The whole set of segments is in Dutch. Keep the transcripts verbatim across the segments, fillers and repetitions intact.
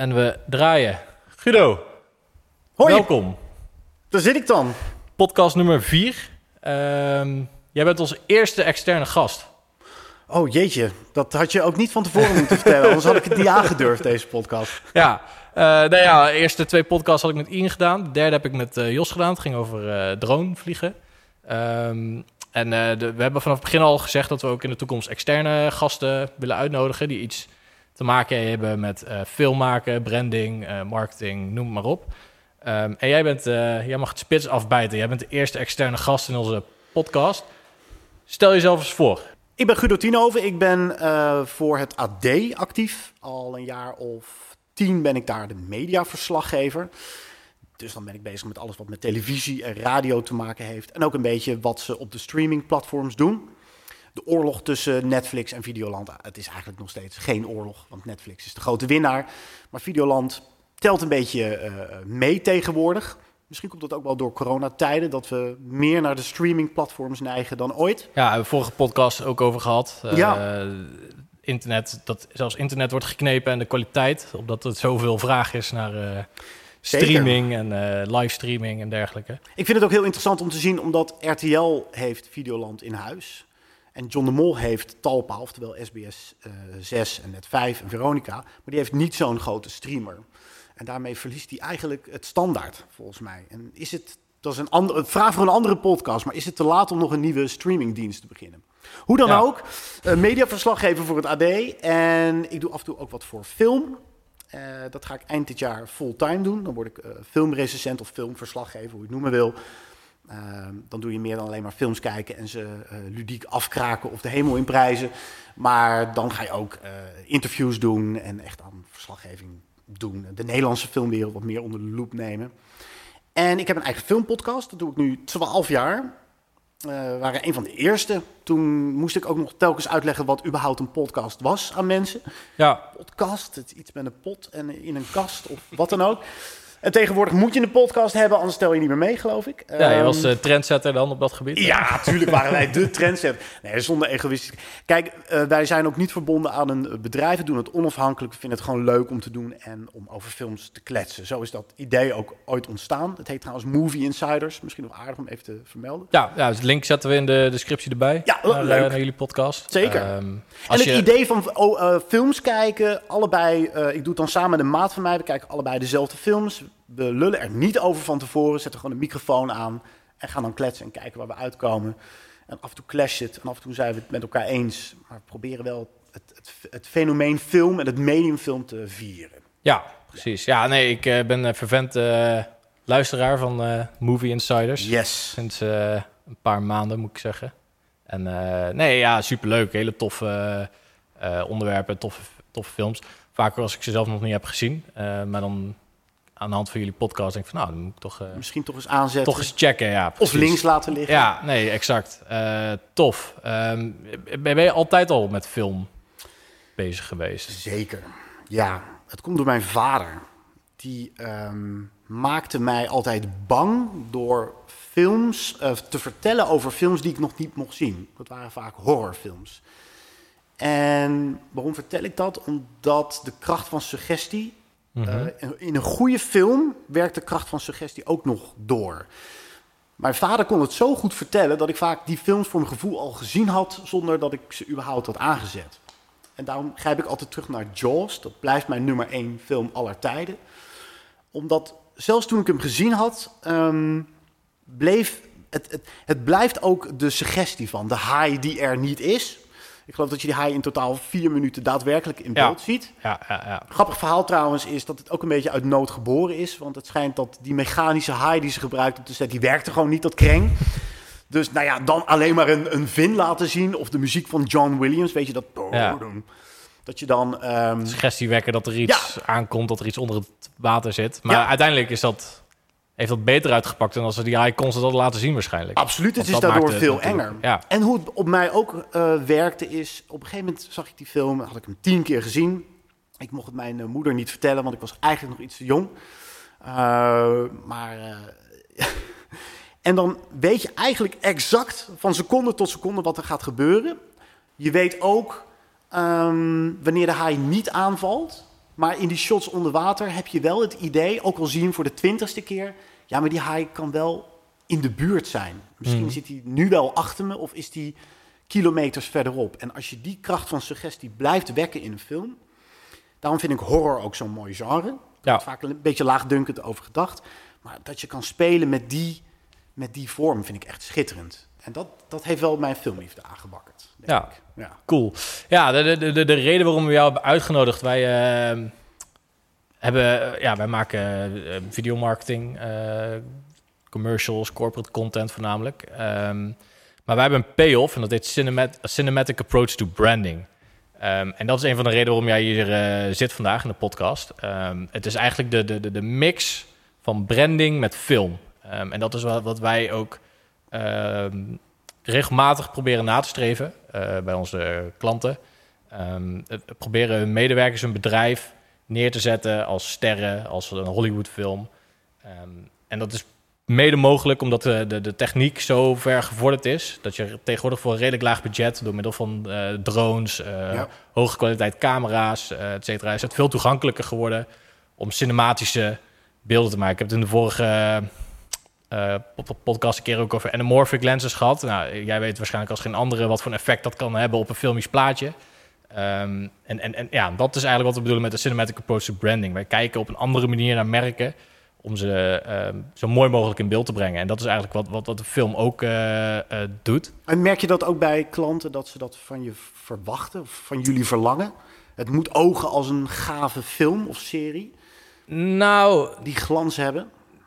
En we draaien. Guido, Hoi. welkom. Daar zit ik dan. Podcast nummer vier. Um, jij bent onze eerste externe gast. Oh jeetje, dat had je ook niet van tevoren moeten vertellen. Anders had ik het niet aangedurfd, deze podcast. Ja, uh, nou ja, de eerste twee podcasts had ik met Ian gedaan. De derde heb ik met uh, Jos gedaan. Het ging over uh, drone vliegen. Um, en uh, de, we hebben vanaf het begin al gezegd dat we ook in de toekomst externe gasten willen uitnodigen. Die iets te maken hebben met uh, film maken, branding, uh, marketing, noem het maar op. Um, en jij, bent, uh, jij mag het spits afbijten. Jij bent de eerste externe gast in onze podcast. Stel jezelf eens voor. Ik ben Guido Tienhoven. Ik ben uh, voor het A D actief. Al een jaar of tien ben ik daar de mediaverslaggever. Dus dan ben ik bezig met alles wat met televisie en radio te maken heeft. En ook een beetje wat ze op de streamingplatforms doen. De oorlog tussen Netflix en Videoland. Het is eigenlijk nog steeds geen oorlog, want Netflix is de grote winnaar. Maar Videoland telt een beetje uh, mee tegenwoordig. Misschien komt dat ook wel door coronatijden, dat we meer naar de streamingplatforms neigen dan ooit. Ja, we hebben vorige podcast ook over gehad. Uh, ja. Internet, dat zelfs internet wordt geknepen en de kwaliteit, omdat er zoveel vraag is naar uh, streaming en uh, livestreaming en dergelijke. Ik vind het ook heel interessant om te zien, omdat R T L heeft Videoland in huis. En John de Mol heeft Talpa, oftewel S B S uh, zes en Net vijf en Veronica. Maar die heeft niet zo'n grote streamer. En daarmee verliest hij eigenlijk het standaard, volgens mij. En is het, dat is een, andere, een vraag voor een andere podcast, maar is het te laat om nog een nieuwe streamingdienst te beginnen? Hoe dan ja. ook, uh, mediaverslaggever voor het A D. En ik doe af en toe ook wat voor film. Uh, dat ga ik eind dit jaar fulltime doen. Dan word ik uh, filmrecensent of filmverslaggever, hoe je het noemen wil. Uh, dan doe je meer dan alleen maar films kijken en ze uh, ludiek afkraken of de hemel in prijzen. Maar dan ga je ook uh, interviews doen en echt aan verslaggeving doen. De Nederlandse filmwereld wat meer onder de loep nemen. En ik heb een eigen filmpodcast. Dat doe ik nu twaalf jaar. We uh, waren een van de eerste. Toen moest ik ook nog telkens uitleggen wat überhaupt een podcast was aan mensen. Ja. Podcast, het is iets met een pot en in een kast of wat dan ook. En tegenwoordig moet je een podcast hebben, anders stel je niet meer mee, geloof ik. Ja, je was uh, trendsetter dan op dat gebied. Ja, natuurlijk waren wij de trendsetter. Nee, zonder egoïstisch. Kijk, uh, wij zijn ook niet verbonden aan een bedrijf. We doen het onafhankelijk. We vinden het gewoon leuk om te doen en om over films te kletsen. Zo is dat idee ook ooit ontstaan. Het heet trouwens Movie Insiders. Misschien nog aardig om even te vermelden. Ja, ja, dus de link zetten we in de descriptie erbij. Ja, naar, leuk. naar jullie podcast. Zeker. Um, en het je... idee van oh, uh, films kijken, allebei, uh, ik doe het dan samen met een maat van mij. We kijken allebei dezelfde films. We lullen er niet over van tevoren, zetten gewoon een microfoon aan en gaan dan kletsen en kijken waar we uitkomen. En af en toe clasht het en af en toe zijn we het met elkaar eens. Maar we proberen wel het, het, het fenomeen film en het medium film te vieren. Ja, precies. Ja, nee, ik uh, ben een vervent uh, luisteraar van uh, Movie Insiders. Yes. Sinds uh, een paar maanden, moet ik zeggen. En uh, nee, ja, superleuk. Hele toffe uh, onderwerpen, toffe, toffe films. Vaker als ik ze zelf nog niet heb gezien. Uh, maar dan aan de hand van jullie podcast denk ik van, nou, dan moet ik toch... Uh, Misschien toch eens aanzetten. Toch eens checken, ja. Precies. Of links laten liggen. Ja, nee, exact. Uh, tof. Um, ben je altijd al met film bezig geweest? Zeker. Ja, het komt door mijn vader. Die um, maakte mij altijd bang door films uh, te vertellen over films die ik nog niet mocht zien. Dat waren vaak horrorfilms. En waarom vertel ik dat? Omdat de kracht van suggestie... Mm-hmm. Uh, in een goede film werkt de kracht van suggestie ook nog door. Mijn vader kon het zo goed vertellen dat ik vaak die films voor mijn gevoel al gezien had zonder dat ik ze überhaupt had aangezet. En daarom grijp ik altijd terug naar Jaws. Dat blijft mijn nummer één film aller tijden. Omdat zelfs toen ik hem gezien had, um, bleef het, het, het blijft ook de suggestie van de haai die er niet is. Ik geloof dat je die haai in totaal vier minuten daadwerkelijk in beeld ja. ziet. Ja, ja, ja. Grappig verhaal trouwens is dat het ook een beetje uit nood geboren is. Want het schijnt dat die mechanische haai die ze gebruikt op de set, die werkte gewoon niet, dat kreng. Dus nou ja, dan alleen maar een, een vin laten zien. Of de muziek van John Williams, weet je dat? Ja. Dat je dan... Um... Suggestie wekken dat er iets ja. aankomt, dat er iets onder het water zit. Maar ja. uiteindelijk is dat... heeft dat beter uitgepakt dan als ze die haai constant hadden laten zien waarschijnlijk. Absoluut, het is daardoor veel enger. Ja. En hoe het op mij ook uh, werkte is... op een gegeven moment zag ik die film, had ik hem tien keer gezien. Ik mocht het mijn uh, moeder niet vertellen, want ik was eigenlijk nog iets te jong. Uh, maar... Uh, en dan weet je eigenlijk exact van seconde tot seconde wat er gaat gebeuren. Je weet ook um, wanneer de haai niet aanvalt... Maar in die shots onder water heb je wel het idee, ook al zie je hem voor de twintigste keer, ja, maar die haai kan wel in de buurt zijn. Misschien mm. zit hij nu wel achter me of is die kilometers verderop. En als je die kracht van suggestie blijft wekken in een film, daarom vind ik horror ook zo'n mooi genre. Er ja. wordt vaak een beetje laagdunkend over gedacht. Maar dat je kan spelen met die, met die vorm vind ik echt schitterend. En dat, dat heeft wel mijn filmliefde aangewakkerd. Ja. ja, cool. Ja, de, de, de, de reden waarom we jou hebben uitgenodigd, wij uh, hebben, uh, ja, wij maken uh, videomarketing, uh, commercials, corporate content voornamelijk. Um, maar wij hebben een payoff en dat heet cinemat- Cinematic Approach to Branding. Um, en dat is een van de redenen waarom jij hier uh, zit vandaag in de podcast. Um, het is eigenlijk de, de, de, de mix van branding met film. Um, en dat is wat, wat wij ook um, regelmatig proberen na te streven uh, bij onze klanten. Um, het proberen hun medewerkers, hun bedrijf neer te zetten als sterren, als een Hollywoodfilm. Um, en dat is mede mogelijk omdat de, de, de techniek zo ver gevorderd is, dat je tegenwoordig voor een redelijk laag budget, door middel van uh, drones, uh, ja. hoge kwaliteit camera's, uh, et cetera, is het veel toegankelijker geworden om cinematische beelden te maken. Ik heb het in de vorige uh, podcast een keer ook over anamorphic lenses gehad. Nou, jij weet waarschijnlijk als geen andere wat voor een effect dat kan hebben op een filmisch plaatje. Um, en, en, en ja, dat is eigenlijk wat we bedoelen met de cinematic approach to branding. Wij kijken op een andere manier naar merken om ze uh, zo mooi mogelijk in beeld te brengen. En dat is eigenlijk wat, wat, wat de film ook uh, uh, doet. En merk je dat ook bij klanten, dat ze dat van je verwachten, of van jullie verlangen? Het moet ogen als een gave film of serie? Nou, die glans hebben?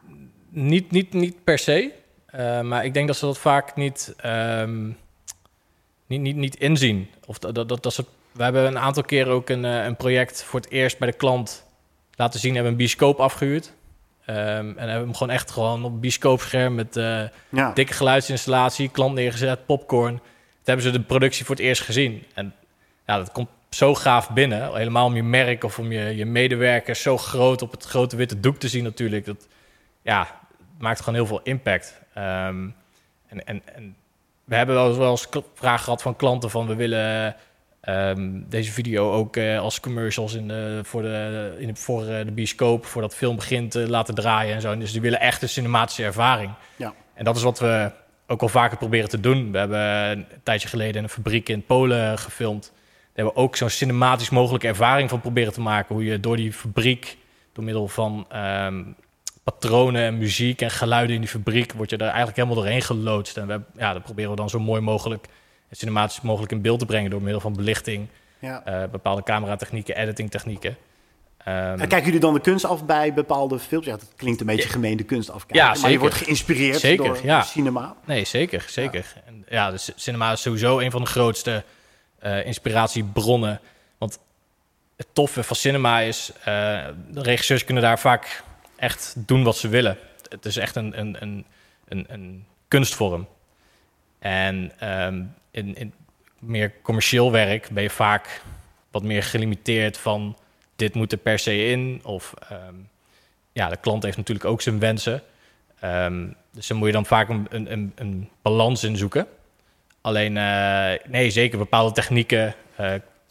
Niet, niet, niet per se. Uh, maar ik denk dat ze dat vaak niet, um, niet, niet, niet inzien. Of dat, dat, dat ze, we hebben een aantal keren ook een, uh, een project voor het eerst bij de klant laten zien. Hebben een bioscoop afgehuurd. Um, en hebben hem gewoon echt gewoon op een bioscoopscherm met uh, ja. dikke geluidsinstallatie, klant neergezet, popcorn. Toen hebben ze de productie voor het eerst gezien. En ja, dat komt zo gaaf binnen. Helemaal om je merk of om je, je medewerkers zo groot op het grote witte doek te zien natuurlijk. Dat ja, maakt gewoon heel veel impact. Um, en, en, en we hebben wel eens, wel eens vragen gehad van klanten van we willen um, deze video ook uh, als commercials in de, voor, de, in de, voor uh, de bioscoop, voordat de film begint uh, laten draaien en zo. En dus die willen echt een cinematische ervaring. Ja. En dat is wat we ook al vaker proberen te doen. We hebben een tijdje geleden een fabriek in Polen gefilmd. Daar hebben we ook zo'n cinematisch mogelijke ervaring van proberen te maken. Hoe je door die fabriek, door middel van um, patronen en muziek en geluiden in die fabriek, word je er eigenlijk helemaal doorheen geloodst. En we, ja, dat proberen we dan zo mooi mogelijk en cinematisch mogelijk in beeld te brengen door middel van belichting, ja. uh, bepaalde cameratechnieken, editingtechnieken. Um, en kijken jullie dan de kunst af bij bepaalde films? Ja, dat klinkt een beetje ja. gemeen, de kunst afkijken. Ja, maar je wordt geïnspireerd zeker, door ja. cinema. Nee, zeker, zeker. Ja. En ja, de cinema is sowieso een van de grootste uh, inspiratiebronnen. Want het toffe van cinema is, uh, de regisseurs kunnen daar vaak echt doen wat ze willen. Het is echt een, een, een, een, een kunstvorm. En um, in, in meer commercieel werk ben je vaak wat meer gelimiteerd van dit moet er per se in. Of um, ja, de klant heeft natuurlijk ook zijn wensen. Um, dus dan moet je dan vaak een, een, een balans in zoeken. Alleen, uh, nee, zeker bepaalde technieken, uh,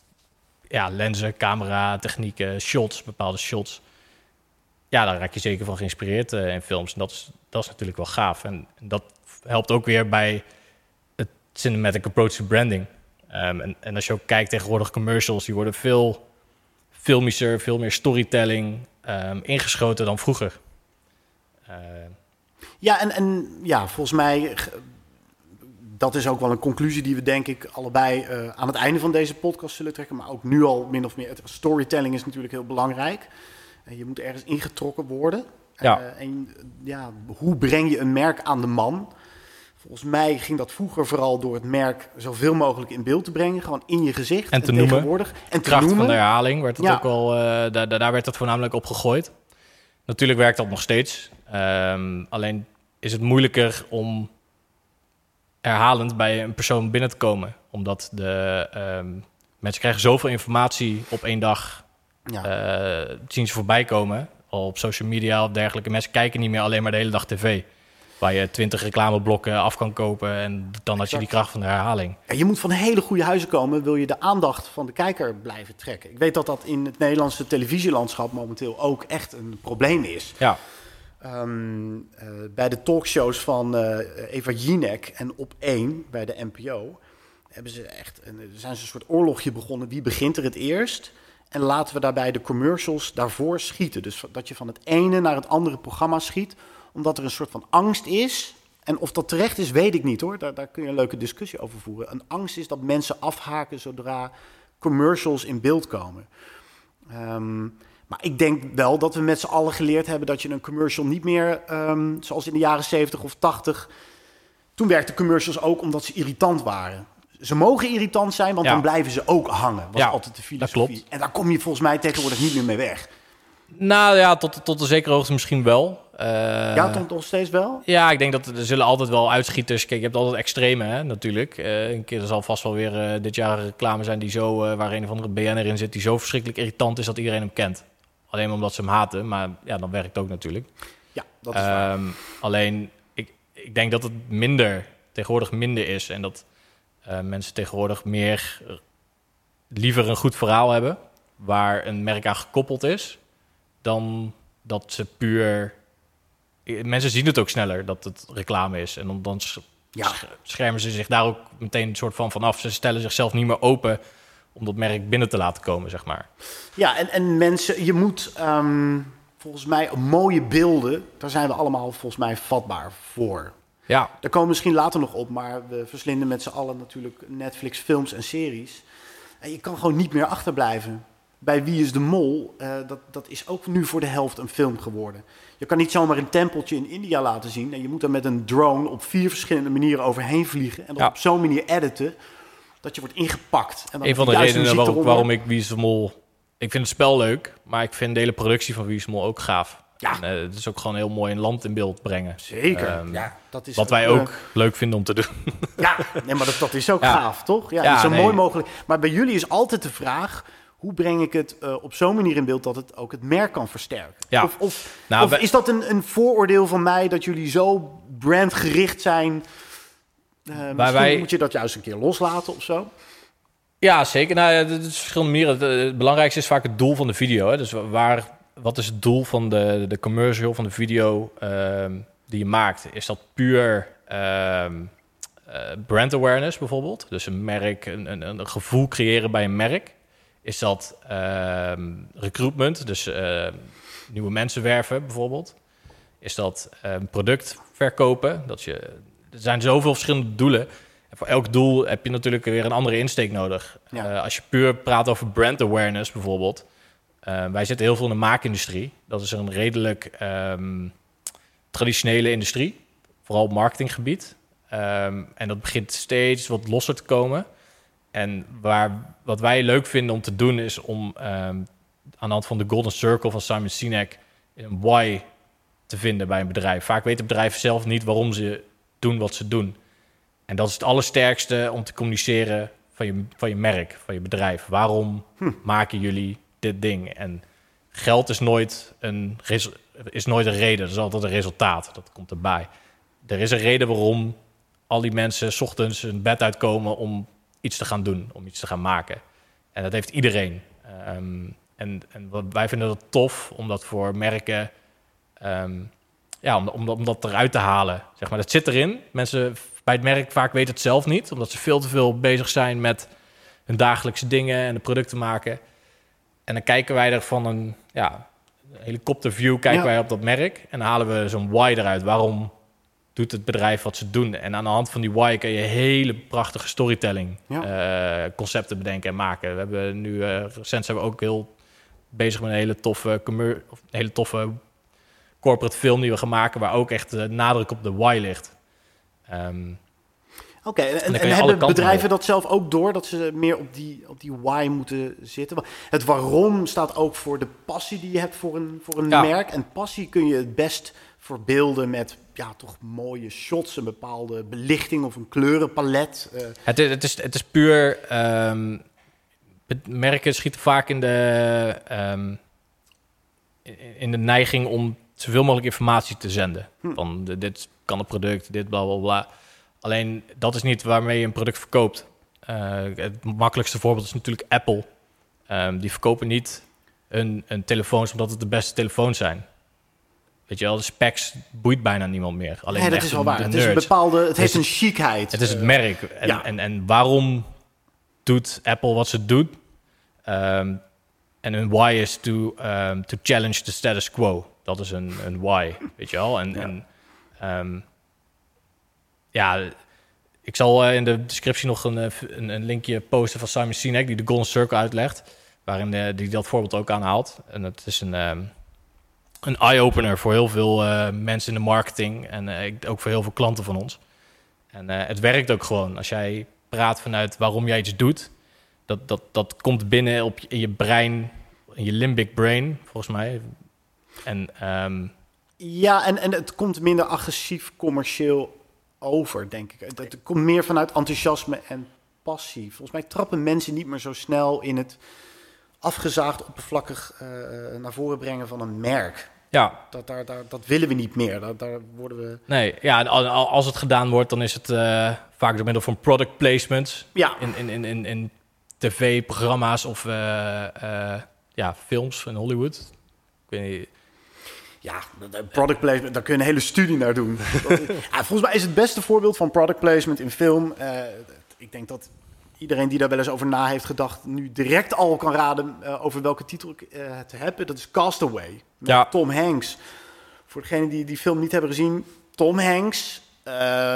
ja, lenzen, camera, technieken, shots, bepaalde shots. Ja, daar raak je zeker van geïnspireerd uh, in films. En dat is, dat is natuurlijk wel gaaf. En, en dat helpt ook weer bij het cinematic approach to branding. Um, en, en als je ook kijkt tegenwoordig commercials, die worden veel filmischer, veel meer storytelling um, ingeschoten dan vroeger. Uh, ja, en, en ja, volgens mij, dat is ook wel een conclusie die we denk ik allebei uh, aan het einde van deze podcast zullen trekken. Maar ook nu al min of meer, het, storytelling is natuurlijk heel belangrijk. Uh, je moet ergens ingetrokken worden. Ja. Uh, en ja, hoe breng je een merk aan de man? Volgens mij ging dat vroeger vooral door het merk zoveel mogelijk in beeld te brengen. Gewoon in je gezicht. En te en noemen. En te kracht noemen. Van de herhaling werd het ja. ook wel, uh, daar, daar werd het voornamelijk op gegooid. Natuurlijk werkt dat nog steeds. Um, alleen is het moeilijker om herhalend bij een persoon binnen te komen. Omdat de um, mensen krijgen zoveel informatie op één dag. Ja. Uh, zien ze voorbij komen. Al op social media of dergelijke. Mensen kijken niet meer alleen maar de hele dag tv. Waar je twintig reclameblokken af kan kopen en dan had je die kracht van de herhaling. En je moet van hele goede huizen komen, wil je de aandacht van de kijker blijven trekken. Ik weet dat dat in het Nederlandse televisielandschap momenteel ook echt een probleem is. Ja. Um, uh, bij de talkshows van uh, Eva Jinek en Op één bij de N P O hebben ze echt een, er zijn ze een soort oorlogje begonnen. Wie begint er het eerst? En laten we daarbij de commercials daarvoor schieten. Dus dat je van het ene naar het andere programma schiet, omdat er een soort van angst is. En of dat terecht is, weet ik niet hoor. Daar, daar kun je een leuke discussie over voeren. Een angst is dat mensen afhaken zodra commercials in beeld komen. Um, maar ik denk wel dat we met z'n allen geleerd hebben dat je een commercial niet meer, um, zoals in de jaren zeventig of tachtig... Toen werkten commercials ook omdat ze irritant waren. Ze mogen irritant zijn, want ja. dan blijven ze ook hangen. Was ja, altijd de filosofie. dat klopt. En daar kom je volgens mij tegenwoordig niet meer mee weg. Nou ja, tot, tot een zekere hoogte misschien wel. Uh, ja, toch nog steeds wel? Ja, ik denk dat er zullen altijd wel uitschieters... Kijk, je hebt altijd extreme, hè, natuurlijk. Uh, een keer er zal vast wel weer uh, dit jaar een reclame zijn die zo, uh, waar een of andere B N'er in zit, die zo verschrikkelijk irritant is dat iedereen hem kent. Alleen omdat ze hem haten, maar ja, dan werkt het ook natuurlijk. Ja, dat is um, waar. Alleen, ik, ik denk dat het minder, tegenwoordig minder is. En dat uh, mensen tegenwoordig meer uh, liever een goed verhaal hebben, waar een merk aan gekoppeld is, dan dat ze puur... Mensen zien het ook sneller dat het reclame is. En dan, dan ja. schermen ze zich daar ook meteen een soort van vanaf. Ze stellen zichzelf niet meer open om dat merk binnen te laten komen, zeg maar. Ja, en, en mensen, je moet um, volgens mij mooie beelden, daar zijn we allemaal volgens mij vatbaar voor. Ja. Daar komen we misschien later nog op, maar we verslinden met z'n allen natuurlijk Netflix films en series. En je kan gewoon niet meer achterblijven. Bij Wie is de Mol, uh, dat, dat is ook nu voor de helft een film geworden. Je kan niet zomaar een tempeltje in India laten zien. En je moet er met een drone op vier verschillende manieren overheen vliegen. En dan ja. op zo'n manier editen dat je wordt ingepakt. En dan een van de redenen waarom, waarom ik Wie is de Mol... Ik vind het spel leuk, maar ik vind de hele productie van Wie is de Mol ook gaaf. Ja. En, uh, het is ook gewoon heel mooi een land in beeld brengen. Zeker. Um, ja, dat is wat wij uh, ook leuk vinden om te doen. Ja, nee, maar dat, dat is ook ja. gaaf, toch? Ja, ja, zo nee. mooi mogelijk. Maar bij jullie is altijd de vraag, hoe breng ik het uh, op zo'n manier in beeld dat het ook het merk kan versterken? Ja. Of, of, nou, of wij... is dat een, een vooroordeel van mij dat jullie zo brandgericht zijn? Uh, misschien wij... moet je dat juist een keer loslaten of zo? Ja, zeker. Nou, het is verschillende manieren. Het belangrijkste is vaak het doel van de video. Hè? Dus waar, wat is het doel van de, de commercial, van de video uh, die je maakt? Is dat puur uh, uh, brand awareness bijvoorbeeld? Dus een merk, een, een, een gevoel creëren bij een merk. Is dat uh, recruitment, dus uh, nieuwe mensen werven bijvoorbeeld? Is dat uh, een product verkopen? Dat je, er zijn zoveel verschillende doelen. En voor elk doel heb je natuurlijk weer een andere insteek nodig. Ja. Uh, als je puur praat over brand awareness bijvoorbeeld. Uh, wij zitten heel veel in de maakindustrie. Dat is een redelijk um, traditionele industrie. Vooral op marketinggebied. Um, en dat begint steeds wat losser te komen. En waar, wat wij leuk vinden om te doen is om um, aan de hand van de Golden Circle van Simon Sinek een why te vinden bij een bedrijf. Vaak weten bedrijven zelf niet waarom ze doen wat ze doen. En dat is het allersterkste om te communiceren van je, van je merk, van je bedrijf. Waarom hm. maken jullie dit ding? En geld is nooit, een, is nooit een reden, dat is altijd een resultaat. Dat komt erbij. Er is een reden waarom al die mensen 's ochtends hun bed uitkomen om iets te gaan doen, om iets te gaan maken. En dat heeft iedereen. Um, en, en wat, wij vinden dat tof, om dat voor merken... Um, ja, om, om, om dat eruit te halen. Zeg maar. Dat zit erin. Mensen bij het merk vaak weten het zelf niet, omdat ze veel te veel bezig zijn met hun dagelijkse dingen en de producten maken. En dan kijken wij er van een ja, helikopterview kijken ja. wij op dat merk en dan halen we zo'n why eruit. Waarom doet het bedrijf wat ze doen? En aan de hand van die why kan je hele prachtige storytelling ja. uh, concepten bedenken en maken. We hebben nu uh, recent zijn we ook heel bezig met een hele toffe commer- of een hele toffe corporate film die we gaan maken, waar ook echt de nadruk op de why ligt. Um, Oké, okay, en, en, en hebben bedrijven dat zelf ook door, dat ze meer op die, op die why moeten zitten? Het waarom staat ook voor de passie die je hebt voor een, voor een ja. merk. En passie kun je het best verbeelden met ja, toch mooie shots, een bepaalde belichting of een kleurenpalet. Uh. Het, is, het, is, het is puur... Um, merken schieten vaak in de, um, in de neiging om zoveel mogelijk informatie te zenden. Hm. Van de, dit kan een product, dit bla bla bla. Alleen dat is niet waarmee je een product verkoopt. Uh, het makkelijkste voorbeeld is natuurlijk Apple. Um, die verkopen niet hun, hun telefoons omdat het de beste telefoons zijn. Weet je wel, de specs boeit bijna niemand meer. Alleen nee, dat echt is wel de, waar. de Het, is een nerds. bepaalde, het Het heeft is een chicheid. Het is het uh, merk. En, ja. en, en waarom doet Apple wat ze doet? Um, en hun why is to, um, to challenge the status quo. Dat is een, een why, weet je wel. En ja, en, um, ja ik zal uh, in de descriptie nog een, een, een linkje posten van Simon Sinek... die de Golden Circle uitlegt, waarin uh, die dat voorbeeld ook aanhaalt. En het is een, um, een eye-opener voor heel veel uh, mensen in de marketing... en uh, ook voor heel veel klanten van ons. En uh, het werkt ook gewoon. Als jij praat vanuit waarom jij iets doet... dat, dat, dat komt binnen op je, in je brein, in je limbic brain, volgens mij... En, um... Ja, en, en het komt minder agressief commercieel over, denk ik. Het, het komt meer vanuit enthousiasme en passie. Volgens mij trappen mensen niet meer zo snel in het afgezaagd oppervlakkig uh, naar voren brengen van een merk. Ja. Dat, daar, daar, dat willen we niet meer. Daar, daar worden we... Nee, ja, als het gedaan wordt, dan is het uh, vaak door middel van product placements. Ja. In, in, in, in, in tv-programma's of uh, uh, ja, films in Hollywood. Ik weet niet... Ja, product placement, daar kun je een hele studie naar doen. Dat is, ja, volgens mij is het beste voorbeeld van product placement in film. Uh, ik denk dat iedereen die daar wel eens over na heeft gedacht... nu direct al kan raden uh, over welke titel ik uh, het heb. Dat is Castaway, met ja. Tom Hanks. Voor degenen die die film niet hebben gezien... Tom Hanks, uh,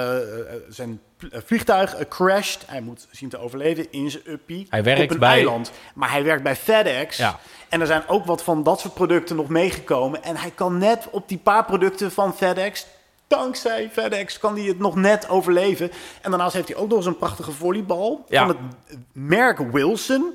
zijn vliegtuig uh, crasht. Hij moet zien te overleven in zijn uppie hij werkt op een bij... eiland. Maar hij werkt bij FedEx... Ja. En er zijn ook wat van dat soort producten nog meegekomen. En hij kan net op die paar producten van FedEx... dankzij FedEx kan hij het nog net overleven. En daarnaast heeft hij ook nog eens een prachtige volleybal... Ja. van het merk Wilson...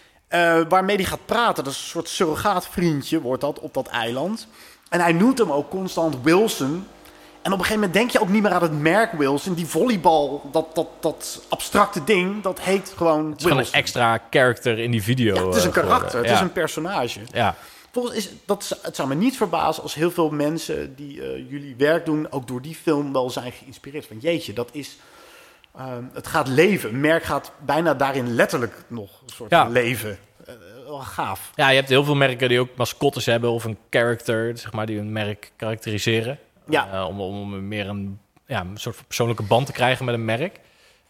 Uh, waarmee hij gaat praten. Dat is een soort surrogaatvriendje wordt dat op dat eiland. En hij noemt hem ook constant Wilson... En op een gegeven moment denk je ook niet meer aan het merk Wilson. Die volleybal, dat, dat, dat abstracte ding, dat heet gewoon Wilson. Het is gewoon een extra character in die video. Ja, het is een karakter, geworden. het ja. is een personage. Ja. Volgens is dat, het zou me niet verbazen als heel veel mensen die uh, jullie werk doen... ook door die film wel zijn geïnspireerd. Van jeetje, dat is... Uh, het gaat leven. Een merk gaat bijna daarin letterlijk nog een soort ja. van leven. Uh, wel gaaf. Ja, je hebt heel veel merken die ook mascottes hebben... of een character, zeg maar, die een merk karakteriseren. Ja. Uh, om, om meer een, ja, een soort van persoonlijke band te krijgen met een merk.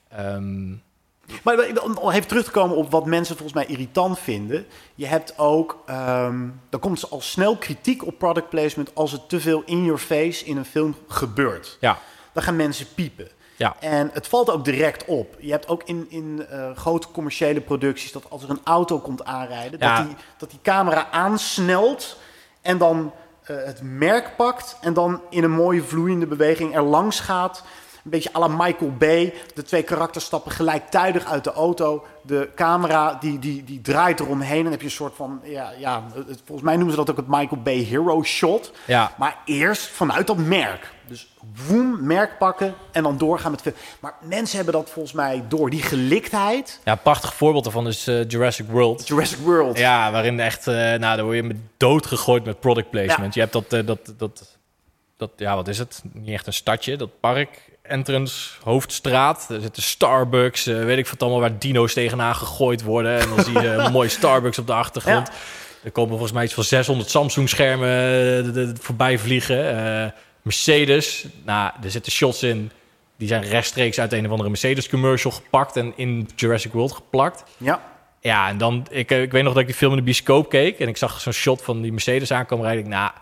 Um... Maar om even terug te komen op wat mensen volgens mij irritant vinden. Je hebt ook, um, dan komt al snel kritiek op product placement als het te veel in your face in een film gebeurt. Ja. Dan gaan mensen piepen. Ja. En het valt ook direct op. Je hebt ook in, in uh, grote commerciële producties dat als er een auto komt aanrijden, ja. dat, die, dat die camera aansnelt en dan uh, het merk pakt en dan in een mooie vloeiende beweging er langs gaat. Een beetje à la Michael Bay. De twee karakters stappen gelijktijdig uit de auto. De camera die, die, die draait eromheen. En dan heb je een soort van... Ja, ja, het, volgens mij noemen ze dat ook het Michael Bay hero shot. Ja. Maar eerst vanuit dat merk. Dus woem, merk pakken en dan doorgaan met film. Maar mensen hebben dat volgens mij door. Die geliktheid. Ja, een prachtig voorbeeld daarvan is uh, Jurassic World. Jurassic World. Ja, waarin echt... Uh, nou, daar word je met dood gegooid met product placement. Ja. Je hebt dat, uh, dat, dat... dat... Ja, wat is het? Niet echt een stadje. Dat park... Entrance, hoofdstraat. Er zitten Starbucks, uh, weet ik wat allemaal, waar dino's tegenaan gegooid worden. En dan zie je een mooie Starbucks op de achtergrond. Ja. Er komen volgens mij iets van zeshonderd Samsung-schermen uh, voorbij vliegen. Uh, Mercedes, nou, er zitten shots in. Die zijn rechtstreeks uit een of andere Mercedes-commercial gepakt en in Jurassic World geplakt. Ja. Ja, en dan, ik, ik weet nog dat ik die film in de bioscoop keek. En ik zag zo'n shot van die Mercedes aankomen rijden. Ik, nou...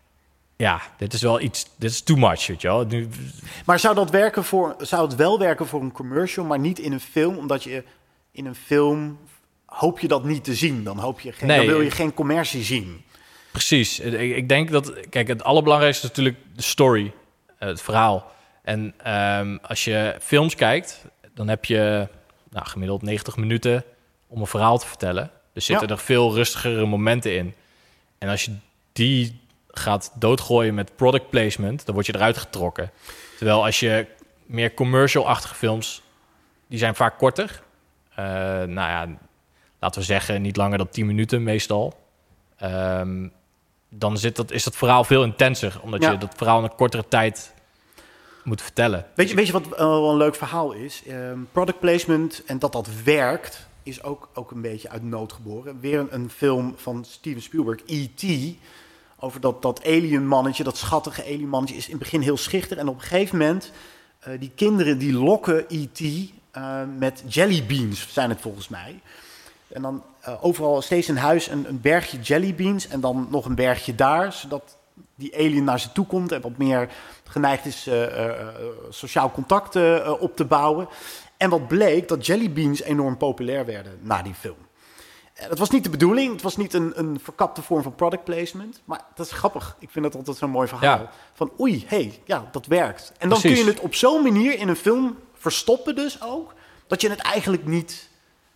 Ja, dit is wel iets, dit is too much, weet je wel. Nu... Maar zou dat werken voor, zou het wel werken voor een commercial, maar niet in een film? Omdat je in een film hoop je dat niet te zien. Dan hoop je geen, nee, dan wil je geen commercie zien. Precies. Ik, ik denk dat, kijk, het allerbelangrijkste is natuurlijk de story, het verhaal. En um, als je films kijkt, dan heb je nou, gemiddeld negentig minuten om een verhaal te vertellen. Er zitten ja. er veel rustigere momenten in. En als je die gaat doodgooien met product placement, dan word je eruit getrokken. Terwijl als je meer commercial-achtige films, die zijn vaak korter. Uh, nou ja, laten we zeggen, niet langer dan tien minuten meestal. Um, dan zit dat, is dat verhaal veel intenser. Omdat ja. je dat verhaal in een kortere tijd moet vertellen. Weet je, weet je wat uh, wel een leuk verhaal is? Um, product placement en dat dat werkt, is ook, ook een beetje uit nood geboren. Weer een, een film van Steven Spielberg, E T over dat, dat alien mannetje, dat schattige alien mannetje, is in het begin heel schichtig. En op een gegeven moment, uh, die kinderen die lokken E T uh, met jellybeans, zijn het volgens mij. En dan uh, overal steeds in huis een, een bergje jellybeans en dan nog een bergje daar, zodat die alien naar ze toe komt en wat meer geneigd is uh, uh, sociaal contact uh, op te bouwen. En wat bleek, dat jellybeans enorm populair werden na die film. En dat was niet de bedoeling, het was niet een, een verkapte vorm van product placement, maar dat is grappig. Ik vind dat altijd zo'n mooi verhaal. Ja. Van oei, hé, hey, ja, dat werkt. En dan Precies. kun je het op zo'n manier in een film verstoppen dus ook, dat je het eigenlijk niet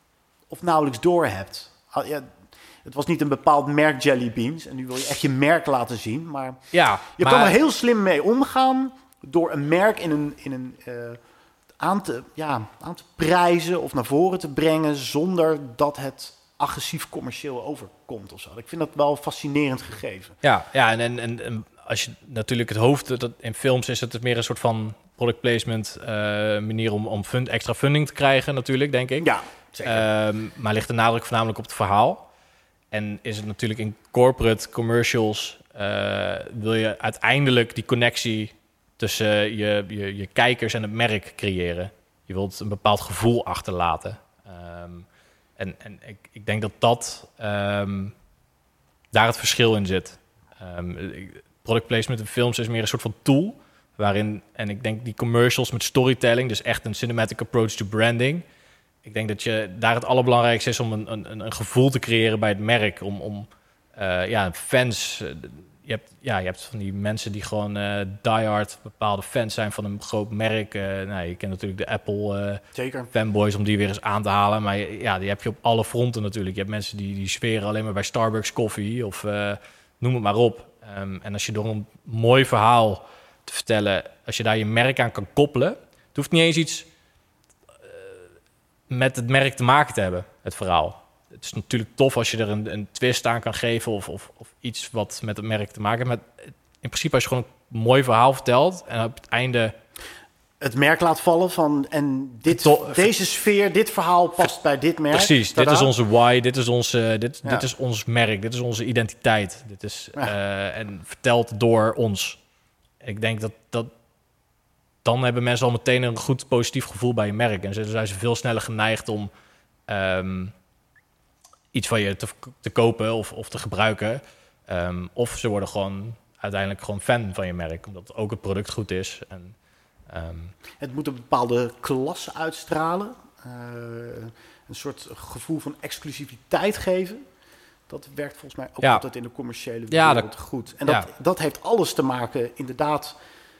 of nauwelijks door hebt. Ja, het was niet een bepaald merk jellybeans en nu wil je echt je merk laten zien, maar ja, je maar... kan er heel slim mee omgaan door een merk in een, in een uh, aan, te, ja, aan te prijzen of naar voren te brengen zonder dat het agressief commercieel overkomt of zo. Ik vind dat wel fascinerend gegeven. Ja, ja en, en, en, en als je natuurlijk het hoofd, dat in films is het meer een soort van product placement uh, manier om, om fund, extra funding te krijgen natuurlijk, denk ik. Ja, zeker. Um, maar ligt de nadruk voornamelijk op het verhaal. En is het natuurlijk in corporate commercials, uh, wil je uiteindelijk die connectie tussen je, je, je kijkers en het merk creëren. Je wilt een bepaald gevoel achterlaten. Um, en en ik, ik denk dat dat um, daar het verschil in zit. Um, product placement in films is meer een soort van tool, waarin, en ik denk die commercials met storytelling, dus echt een cinematic approach to branding. Ik denk dat je daar het allerbelangrijkste is om een, een, een gevoel te creëren bij het merk. Om, om uh, ja, fans. Uh, je, hebt, ja, je hebt van die mensen die gewoon uh, diehard bepaalde fans zijn van een groot merk. Uh, nou, je kent natuurlijk de Apple uh, Zeker. fanboys om die weer eens aan te halen. Maar ja, die heb je op alle fronten natuurlijk. Je hebt mensen die, die sferen alleen maar bij Starbucks koffie of uh, noem het maar op. Um, en als je door een mooi verhaal te vertellen, als je daar je merk aan kan koppelen, het hoeft niet eens iets met het merk te maken te hebben, het verhaal. Het is natuurlijk tof als je er een, een twist aan kan geven of, of, of iets wat met het merk te maken heeft. Maar in principe als je gewoon een mooi verhaal vertelt en op het einde het merk laat vallen van en dit, to- deze sfeer, dit verhaal past bij dit merk. Precies, Tada. Dit is onze why, dit is, onze, dit, ja. dit is ons merk, dit is onze identiteit. Dit is, ja. uh, en verteld door ons. Ik denk dat, dat dan hebben mensen al meteen een goed positief gevoel bij je merk. En zijn ze veel sneller geneigd om um, iets van je te, te kopen of, of te gebruiken. Um, of ze worden gewoon uiteindelijk gewoon fan van je merk, omdat ook het product goed is. En, um, het moet een bepaalde klasse uitstralen. Uh, een soort gevoel van exclusiviteit geven. Dat werkt volgens mij ook ja. altijd in de commerciële wereld ja, dat, goed. En dat, ja. dat heeft alles te maken inderdaad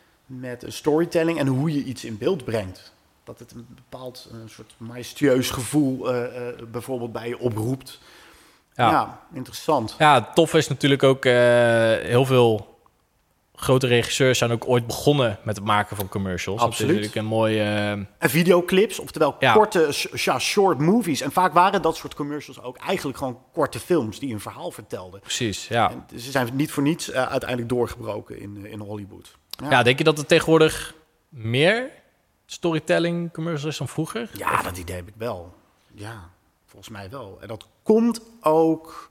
met een storytelling en hoe je iets in beeld brengt. Dat het een bepaald een soort majestueus gevoel uh, uh, bijvoorbeeld bij je oproept. Ja, ja interessant. Ja, tof is natuurlijk ook uh, heel veel grote regisseurs zijn ook ooit begonnen met het maken van commercials. Absoluut. Dat is natuurlijk een mooie uh... en videoclips, oftewel ja. korte, ja, short movies. En vaak waren dat soort commercials ook eigenlijk gewoon korte films die een verhaal vertelden. Precies, ja. En ze zijn niet voor niets uh, uiteindelijk doorgebroken in, in Hollywood. Ja. ja, denk je dat het tegenwoordig meer storytelling commercials is dan vroeger? Ja, of? Dat idee heb ik wel. Ja, volgens mij wel. En dat komt ook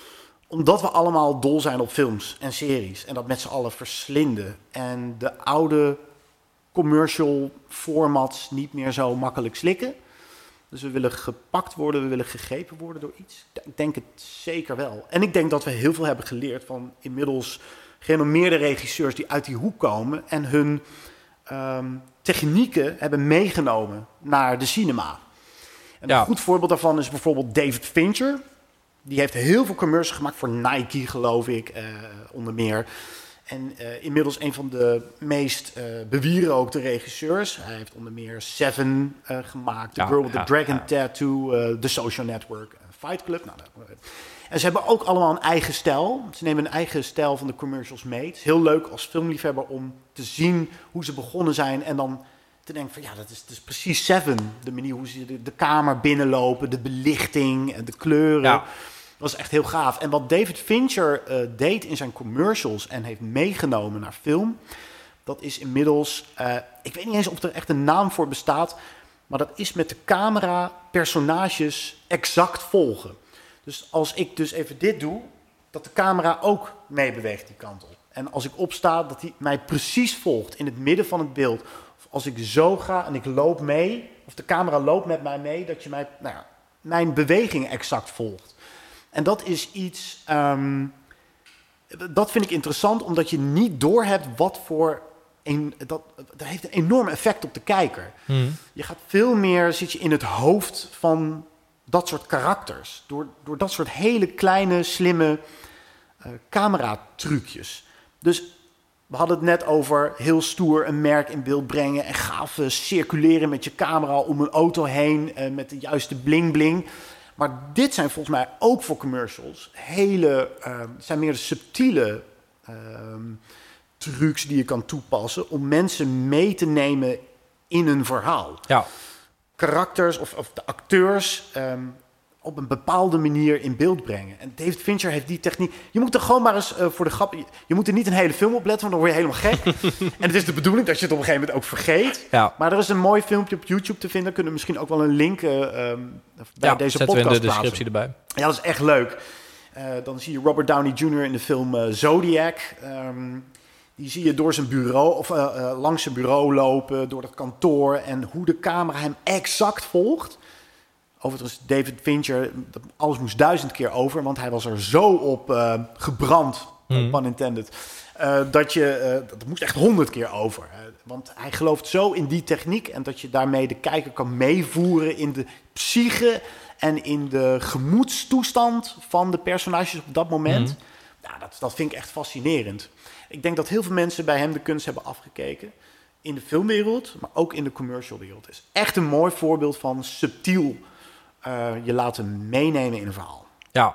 omdat we allemaal dol zijn op films en series. En dat met z'n allen verslinden. En de oude commercial formats niet meer zo makkelijk slikken. Dus we willen gepakt worden, we willen gegrepen worden door iets. Ik denk het zeker wel. En ik denk dat we heel veel hebben geleerd van inmiddels gerenommeerde regisseurs die uit die hoek komen en hun um, technieken hebben meegenomen naar de cinema. En ja. een goed voorbeeld daarvan is bijvoorbeeld David Fincher. Die heeft heel veel commercials gemaakt voor Nike, geloof ik, uh, onder meer. En uh, inmiddels een van de meest uh, bewierookte regisseurs. Hij heeft onder meer Seven uh, gemaakt, The ja, Girl with ja, the Dragon ja. Tattoo, uh, The Social Network, uh, Fight Club. Nou, dat, en ze hebben ook allemaal een eigen stijl. Ze nemen een eigen stijl van de commercials mee. Het is heel leuk als filmliefhebber om te zien hoe ze begonnen zijn en dan te denken van ja, dat is, dat is precies Seven. De manier hoe ze de, de kamer binnenlopen, de belichting en de kleuren. Ja. was echt heel gaaf. En wat David Fincher uh, deed in zijn commercials en heeft meegenomen naar film, dat is inmiddels, uh, ik weet niet eens of er echt een naam voor bestaat, maar dat is met de camera personages exact volgen. Dus als ik dus even dit doe, dat de camera ook meebeweegt die kant op. En als ik opsta, dat hij mij precies volgt in het midden van het beeld. Of als ik zo ga en ik loop mee, of de camera loopt met mij mee, dat je mij, nou ja, mijn beweging exact volgt. En dat is iets, um, dat vind ik interessant, omdat je niet doorhebt wat voor, een, dat, dat heeft een enorm effect op de kijker. Hmm. Je gaat veel meer, zit je in het hoofd van dat soort karakters. Door, door dat soort hele kleine, slimme uh, cameratrucjes. Dus we hadden het net over heel stoer een merk in beeld brengen en gaaf uh, circuleren met je camera om een auto heen uh, met de juiste bling-bling. Maar dit zijn volgens mij ook voor commercials hele, uh, zijn meer subtiele uh, trucs die je kan toepassen om mensen mee te nemen in een verhaal. Ja. Karakters of, of de acteurs um, op een bepaalde manier in beeld brengen. En David Fincher heeft die techniek. Je moet er gewoon maar eens uh, voor de grap. Je moet er niet een hele film op letten, want dan word je helemaal gek. En het is de bedoeling dat je het op een gegeven moment ook vergeet. Ja. Maar er is een mooi filmpje op YouTube te vinden. Kunnen we misschien ook wel een link uh, um, bij ja, deze zetten podcast we in de plaatsen. descriptie erbij. Ja, dat is echt leuk. Uh, dan zie je Robert Downey junior in de film uh, Zodiac. Um, Die zie je door zijn bureau of uh, uh, langs zijn bureau lopen, door het kantoor en hoe de camera hem exact volgt. Overigens, David Fincher, alles moest duizend keer over, want hij was er zo op uh, gebrand, mm. pun intended, uh, dat je, uh, dat moest echt honderd keer over. Uh, want hij gelooft zo in die techniek en dat je daarmee de kijker kan meevoeren in de psyche en in de gemoedstoestand van de personages op dat moment. Mm. Nou, dat, dat vind ik echt fascinerend. Ik denk dat heel veel mensen bij hem de kunst hebben afgekeken. In de filmwereld, maar ook in de commercialwereld. Het is echt een mooi voorbeeld van subtiel uh, je laten meenemen in een verhaal. Ja.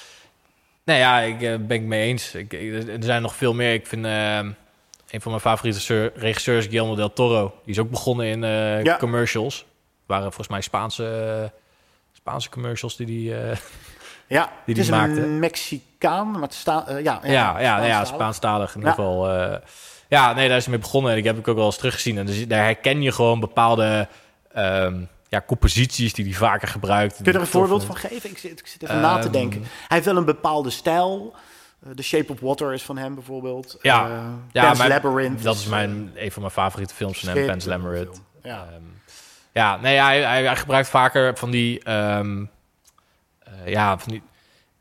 Nou ja, ik uh, ben het mee eens. Ik, ik, er zijn nog veel meer. Ik vind uh, een van mijn favoriete regisseurs, Guillermo del Toro. Die is ook begonnen in uh, ja. commercials. Het waren volgens mij Spaanse, uh, Spaanse commercials die die... Uh, Ja, die het is die maakte. een Mexicaan, maar het staat uh, ja, ja, ja, ja, ja, Spaanstalig in ieder ja. geval. Uh, ja, nee, daar is hij mee begonnen en ik heb ik ook wel eens teruggezien. En dus, daar herken je gewoon bepaalde um, ja, composities die hij vaker gebruikt. Kun je er een voorbeeld van geven? Ik zit, ik zit even um, na te denken. Hij heeft wel een bepaalde stijl. Uh, The Shape of Water is van hem bijvoorbeeld. Ja, uh, ja Pan's maar Labyrinth. Dat is mijn, een van mijn favoriete films van hem, Pan's Labyrinth. Ja, um, ja nee, hij, hij, hij gebruikt vaker van die, um, uh, ja, van die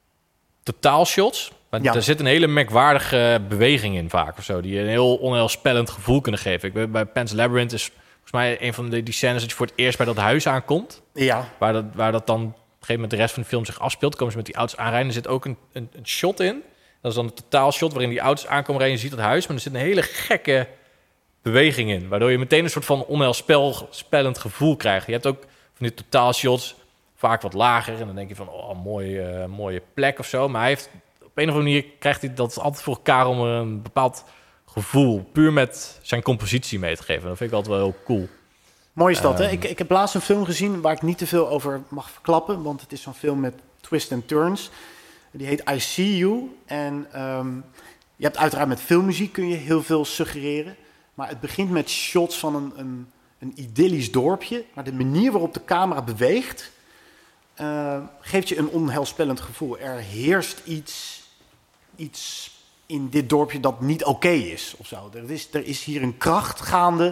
totaalshots. Want ja. Er zit een hele merkwaardige beweging in vaak of zo, die een heel onheilspellend gevoel kunnen geven. Ik weet, bij Pan's Labyrinth is volgens mij een van de, die scènes dat je voor het eerst bij dat huis aankomt. Ja. Waar dat, waar dat dan op een gegeven moment de rest van de film zich afspeelt. Komen ze met die auto's aanrijden. Er zit ook een, een, een shot in. Dat is dan een totaalshot waarin die auto's aankomen rijden. Je ziet het huis, maar er zit een hele gekke beweging in. Waardoor je meteen een soort van onheilspellend gevoel krijgt. Je hebt ook van die totaalshots vaak wat lager. En dan denk je van, oh, mooie, uh, mooie plek of zo. Maar hij heeft, op een of andere manier krijgt hij dat altijd voor elkaar om een bepaald gevoel puur met zijn compositie mee te geven. Dat vind ik altijd wel heel cool. Mooi is dat, um, hè? Ik, ik heb laatst een film gezien waar ik niet te veel over mag verklappen, want het is zo'n film met twists and turns. Die heet I See You. En um, je hebt uiteraard met filmmuziek kun je heel veel suggereren. Maar het begint met shots van een, een, een idyllisch dorpje. Maar de manier waarop de camera beweegt, Uh, geeft je een onheilspellend gevoel. Er heerst iets, iets in dit dorpje dat niet oké okay is. Of zo. Er, is, er is hier een kracht gaande,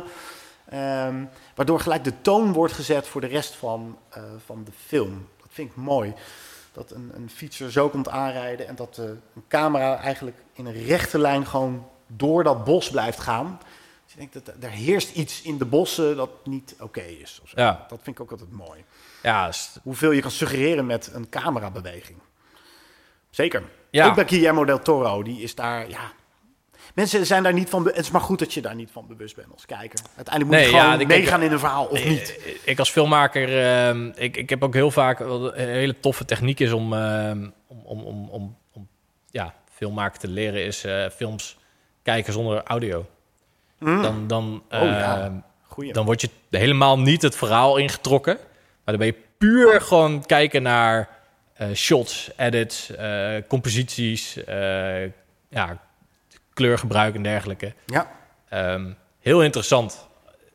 um, waardoor gelijk de toon wordt gezet voor de rest van, uh, van de film. Dat vind ik mooi. Dat een, een fietser zo komt aanrijden en dat uh, een camera eigenlijk in een rechte lijn gewoon door dat bos blijft gaan. Dus ik denk dat er heerst iets in de bossen dat niet oké okay is. Of zo. Ja. Dat vind ik ook altijd mooi. Ja, hoeveel je kan suggereren met een camerabeweging. Zeker. Ja. Ook bij Guillermo del Toro, die is daar, ja... Mensen zijn daar niet van... Be- het is maar goed dat je daar niet van bewust bent als kijker. Uiteindelijk moet nee, je gewoon ja, meegaan ik, in een verhaal, of ik, niet. Ik als filmmaker... Uh, ik, ik heb ook heel vaak... Een hele toffe techniek is om... Uh, om, om, om, om, om ja, filmmaken te leren... is uh, films kijken zonder audio. Mm. Dan, dan, uh, oh, ja. dan word je helemaal niet het verhaal ingetrokken... Maar dan ben je puur gewoon kijken naar uh, shots, edits, uh, composities, uh, ja, kleurgebruik en dergelijke. Ja. Um, heel interessant.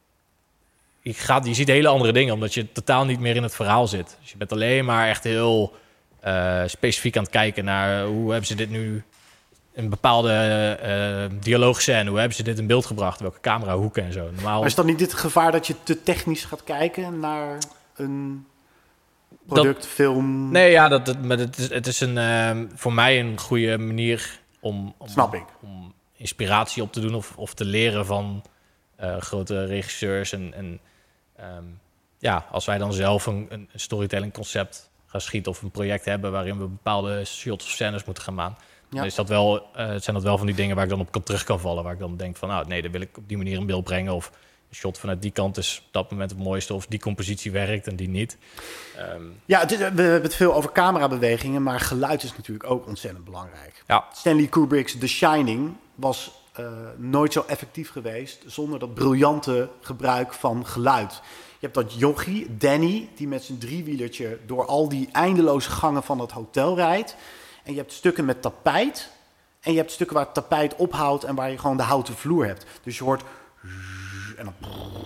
Je, gaat, je ziet hele andere dingen, omdat je totaal niet meer in het verhaal zit. Dus je bent alleen maar echt heel uh, specifiek aan het kijken naar hoe hebben ze dit nu... een bepaalde uh, dialoogscène. Hoe hebben ze dit in beeld gebracht? Welke camerahoeken en zo. Normaal... Maar is dan niet dit het gevaar dat je te technisch gaat kijken naar een product, dat, film? Nee, ja, dat, dat, maar het is, het is een, uh, voor mij een goede manier om, om, Snap ik. om inspiratie op te doen of, of te leren van uh, grote regisseurs. En, en um, ja, als wij dan zelf een, een storytelling concept gaan schieten of een project hebben waarin we bepaalde shots of scènes moeten gaan maken. Ja. Dan is dat wel, uh, zijn dat wel van die dingen waar ik dan op kan terug kan vallen. Waar ik dan denk van, nou nee, dat wil ik op die manier in beeld brengen. Of een shot vanuit die kant is op dat moment het mooiste. Of die compositie werkt en die niet. Um, ja, het is, we hebben het veel over camerabewegingen. Maar geluid is natuurlijk ook ontzettend belangrijk. Ja. Stanley Kubrick's The Shining was uh, nooit zo effectief geweest zonder dat briljante gebruik van geluid. Je hebt dat jochie, Danny, die met zijn driewielertje door al die eindeloze gangen van het hotel rijdt. En je hebt stukken met tapijt. En je hebt stukken waar het tapijt ophoudt en waar je gewoon de houten vloer hebt. Dus je hoort... En dan...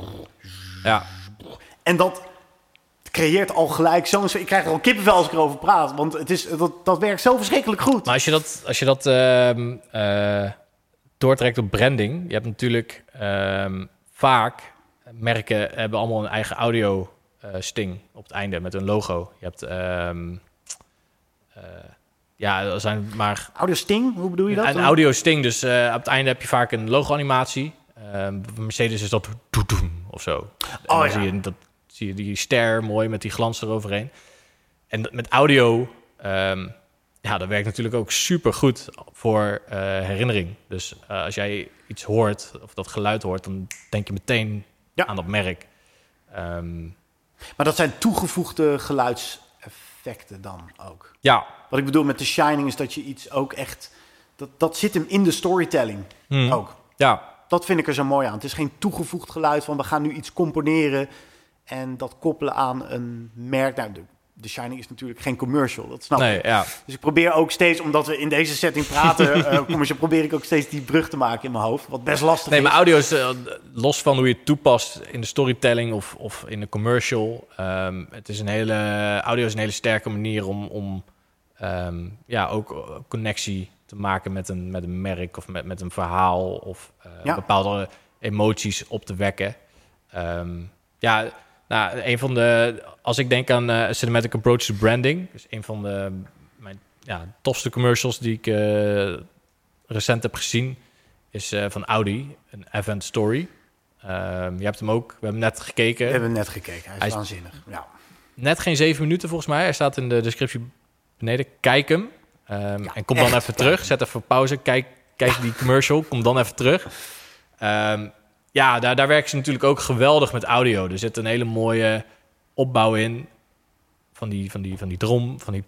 Ja. En dat creëert al gelijk zo'n... Ik krijg er al kippenvel als ik erover praat. Want het is, dat, dat werkt zo verschrikkelijk goed. Maar als je dat, als je dat uh, uh, doortrekt op branding... Je hebt natuurlijk uh, vaak... Merken hebben allemaal een eigen audio uh, sting op het einde met een logo. Je hebt... Uh, uh, Ja, er zijn maar... Audio sting, hoe bedoel je dat? Een audio sting, dus uh, op het einde heb je vaak een logo-animatie. Uh, Mercedes is dat of zo. En oh, dan ja. zie, je dat, zie je die ster mooi met die glans eroverheen. En met audio, um, ja, dat werkt natuurlijk ook super goed voor uh, herinnering. Dus uh, als jij iets hoort, of dat geluid hoort, dan denk je meteen ja. aan dat merk. Um, maar dat zijn toegevoegde geluidseffecten dan ook? Ja. Wat ik bedoel met The Shining is dat je iets ook echt... Dat, dat zit hem in de storytelling hmm. ook. Ja. Dat vind ik er zo mooi aan. Het is geen toegevoegd geluid van we gaan nu iets componeren en dat koppelen aan een merk. Nou, de, The Shining is natuurlijk geen commercial, dat snap nee, ik. Ja. Dus ik probeer ook steeds, omdat we in deze setting praten, uh, commercial, probeer ik ook steeds die brug te maken in mijn hoofd. Wat best lastig nee, is. Nee, maar audio is uh, los van hoe je het toepast in de storytelling of, of in de commercial. Um, het is een hele, audio is een hele sterke manier om... om Um, ja, ook connectie te maken met een, met een merk of met, met een verhaal of uh, ja. bepaalde emoties op te wekken. Um, ja, nou, een van de... Als ik denk aan uh, Cinematic Approach to Branding, dus een van de mijn ja, tofste commercials die ik uh, recent heb gezien, is uh, van Audi, een Event Story. Um, je hebt hem ook, we hebben net gekeken. We hebben net gekeken, hij is, hij is waanzinnig. Ja. Net geen zeven minuten volgens mij, hij staat in de descriptie beneden, kijk hem. Um, ja, en kom dan even terug. Zet even pauze. Kijk, kijk die commercial. Kom dan even terug. Um, ja, daar, daar werken ze natuurlijk ook geweldig met audio. Er zit een hele mooie opbouw in. Van die, van die, van die drom. Van die...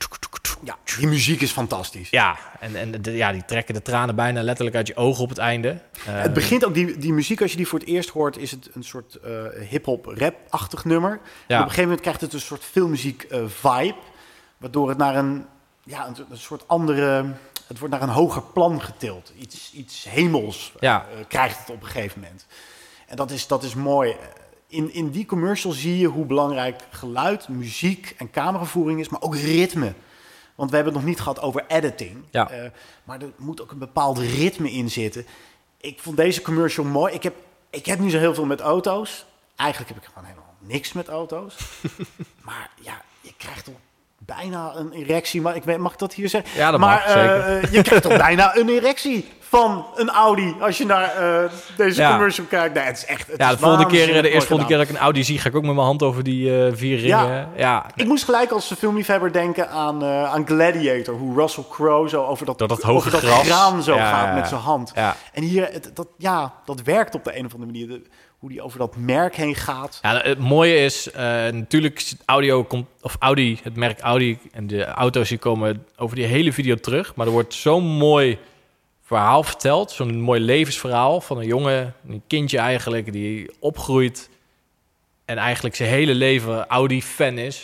Ja, die muziek is fantastisch. Ja, en, en de, ja, die trekken de tranen bijna letterlijk uit je ogen op het einde. Um, het begint ook, die, die muziek, als je die voor het eerst hoort, is het een soort uh, hip-hop rap-achtig nummer. Ja. Op een gegeven moment krijgt het een soort filmmuziek uh, vibe. Waardoor het naar een, ja, een, een soort andere... Het wordt naar een hoger plan getild. Iets, iets hemels ja. uh, krijgt het op een gegeven moment. En dat is, dat is mooi. In, in die commercial zie je hoe belangrijk geluid, muziek en cameravoering is. Maar ook ritme. Want we hebben het nog niet gehad over editing. Ja. Uh, maar er moet ook een bepaald ritme in zitten. Ik vond deze commercial mooi. Ik heb, ik heb niet zo heel veel met auto's. Eigenlijk heb ik gewoon helemaal niks met auto's. Maar ja, je krijgt toch bijna een erectie, maar ik weet, mag ik dat hier zeggen? Ja, dat maar, mag, zeker. Uh, je krijgt toch bijna een erectie van een Audi als je naar uh, deze ja. commercial kijkt. Nee, het is echt. Het ja, de is volgende keer, de eerste volgende gedaan. keer dat ik een Audi zie, ga ik ook met mijn hand over die uh, vier ringen. Ja. ja. Ik moest gelijk als filmliefhebber denken aan, uh, aan Gladiator, hoe Russell Crowe zo over dat, Door dat hoge over dat gras. graan zo ja, gaat ja, ja. met zijn hand. Ja. En hier, het, dat, ja, dat werkt op de een of andere manier. De, hoe die over dat merk heen gaat. Ja, het mooie is, uh, natuurlijk audio komt, of Audi, het merk Audi en de auto's die komen over die hele video terug. Maar er wordt zo'n mooi verhaal verteld, zo'n mooi levensverhaal van een jongen, een kindje eigenlijk, die opgroeit en eigenlijk zijn hele leven Audi-fan is.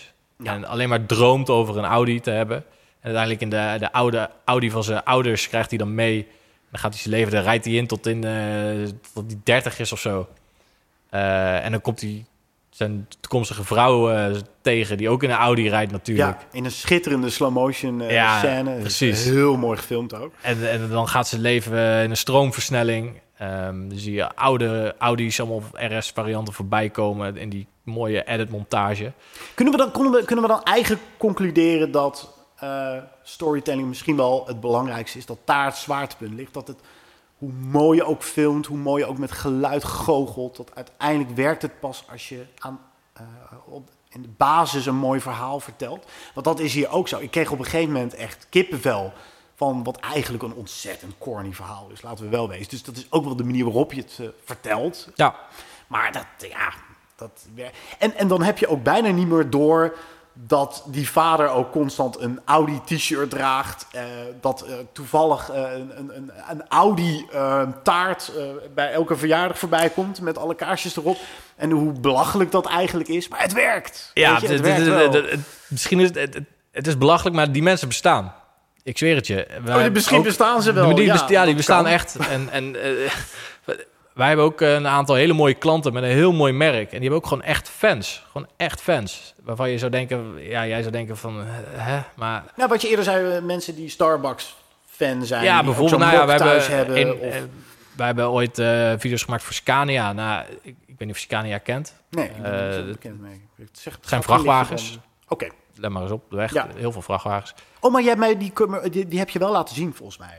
Ja. En alleen maar droomt over een Audi te hebben. En uiteindelijk in de, de oude Audi van zijn ouders krijgt hij dan mee. Dan gaat hij zijn leven, dan rijdt hij in tot in uh, tot hij dertig is of zo. Uh, en dan komt hij zijn toekomstige vrouw uh, tegen, die ook in een Audi rijdt natuurlijk. Ja, in een schitterende slow-motion uh, ja, scène. Precies. Heel mooi gefilmd ook. En, en dan gaat zijn leven in een stroomversnelling. Um, dan zie je oude Audi's, allemaal R S-varianten voorbij komen in die mooie edit-montage. Kunnen we dan, kunnen we, kunnen we dan eigenlijk concluderen dat uh, storytelling misschien wel het belangrijkste is? Dat daar het zwaartepunt ligt? Dat het, hoe mooi je ook filmt, hoe mooi je ook met geluid goochelt, dat uiteindelijk werkt het pas als je aan, uh, op, in de basis een mooi verhaal vertelt. Want dat is hier ook zo. Ik kreeg op een gegeven moment echt kippenvel van wat eigenlijk een ontzettend corny verhaal is. Laten we wel wezen. Dus dat is ook wel de manier waarop je het uh, vertelt. Ja. Maar dat, ja... Dat, en, en dan heb je ook bijna niet meer door dat die vader ook constant een Audi t-shirt draagt. Uh, dat uh, toevallig uh, een, een, een Audi uh, taart uh, bij elke verjaardag voorbij komt met alle kaarsjes erop. En hoe belachelijk dat eigenlijk is. Maar het werkt. Ja, je, het het, werkt het, wel. het, het, misschien is het, het, het is belachelijk, maar die mensen bestaan. Ik zweer het je. Oh, misschien ook, bestaan ze wel. Die, ja, best, ja, die bestaan kan. echt. En, en uh, wij hebben ook een aantal hele mooie klanten met een heel mooi merk. En die hebben ook gewoon echt fans. Gewoon echt fans. Waarvan je zou denken, ja, jij zou denken van, hè, maar... Nou, wat je eerder zei, mensen die Starbucks-fan zijn. Ja, die bijvoorbeeld, ook nou ja, wij hebben, hebben. in, of... uh, wij hebben ooit uh, video's gemaakt voor Scania. Nou, ik, ik weet niet of je Scania kent. Nee, ik ben uh, niet zo bekend mee. Ik zeg, het zijn vrachtwagens. Oké. Okay. Let maar eens op, de weg. Ja. Heel veel vrachtwagens. Oh, maar jij hebt mij die, die, die heb je wel laten zien, volgens mij.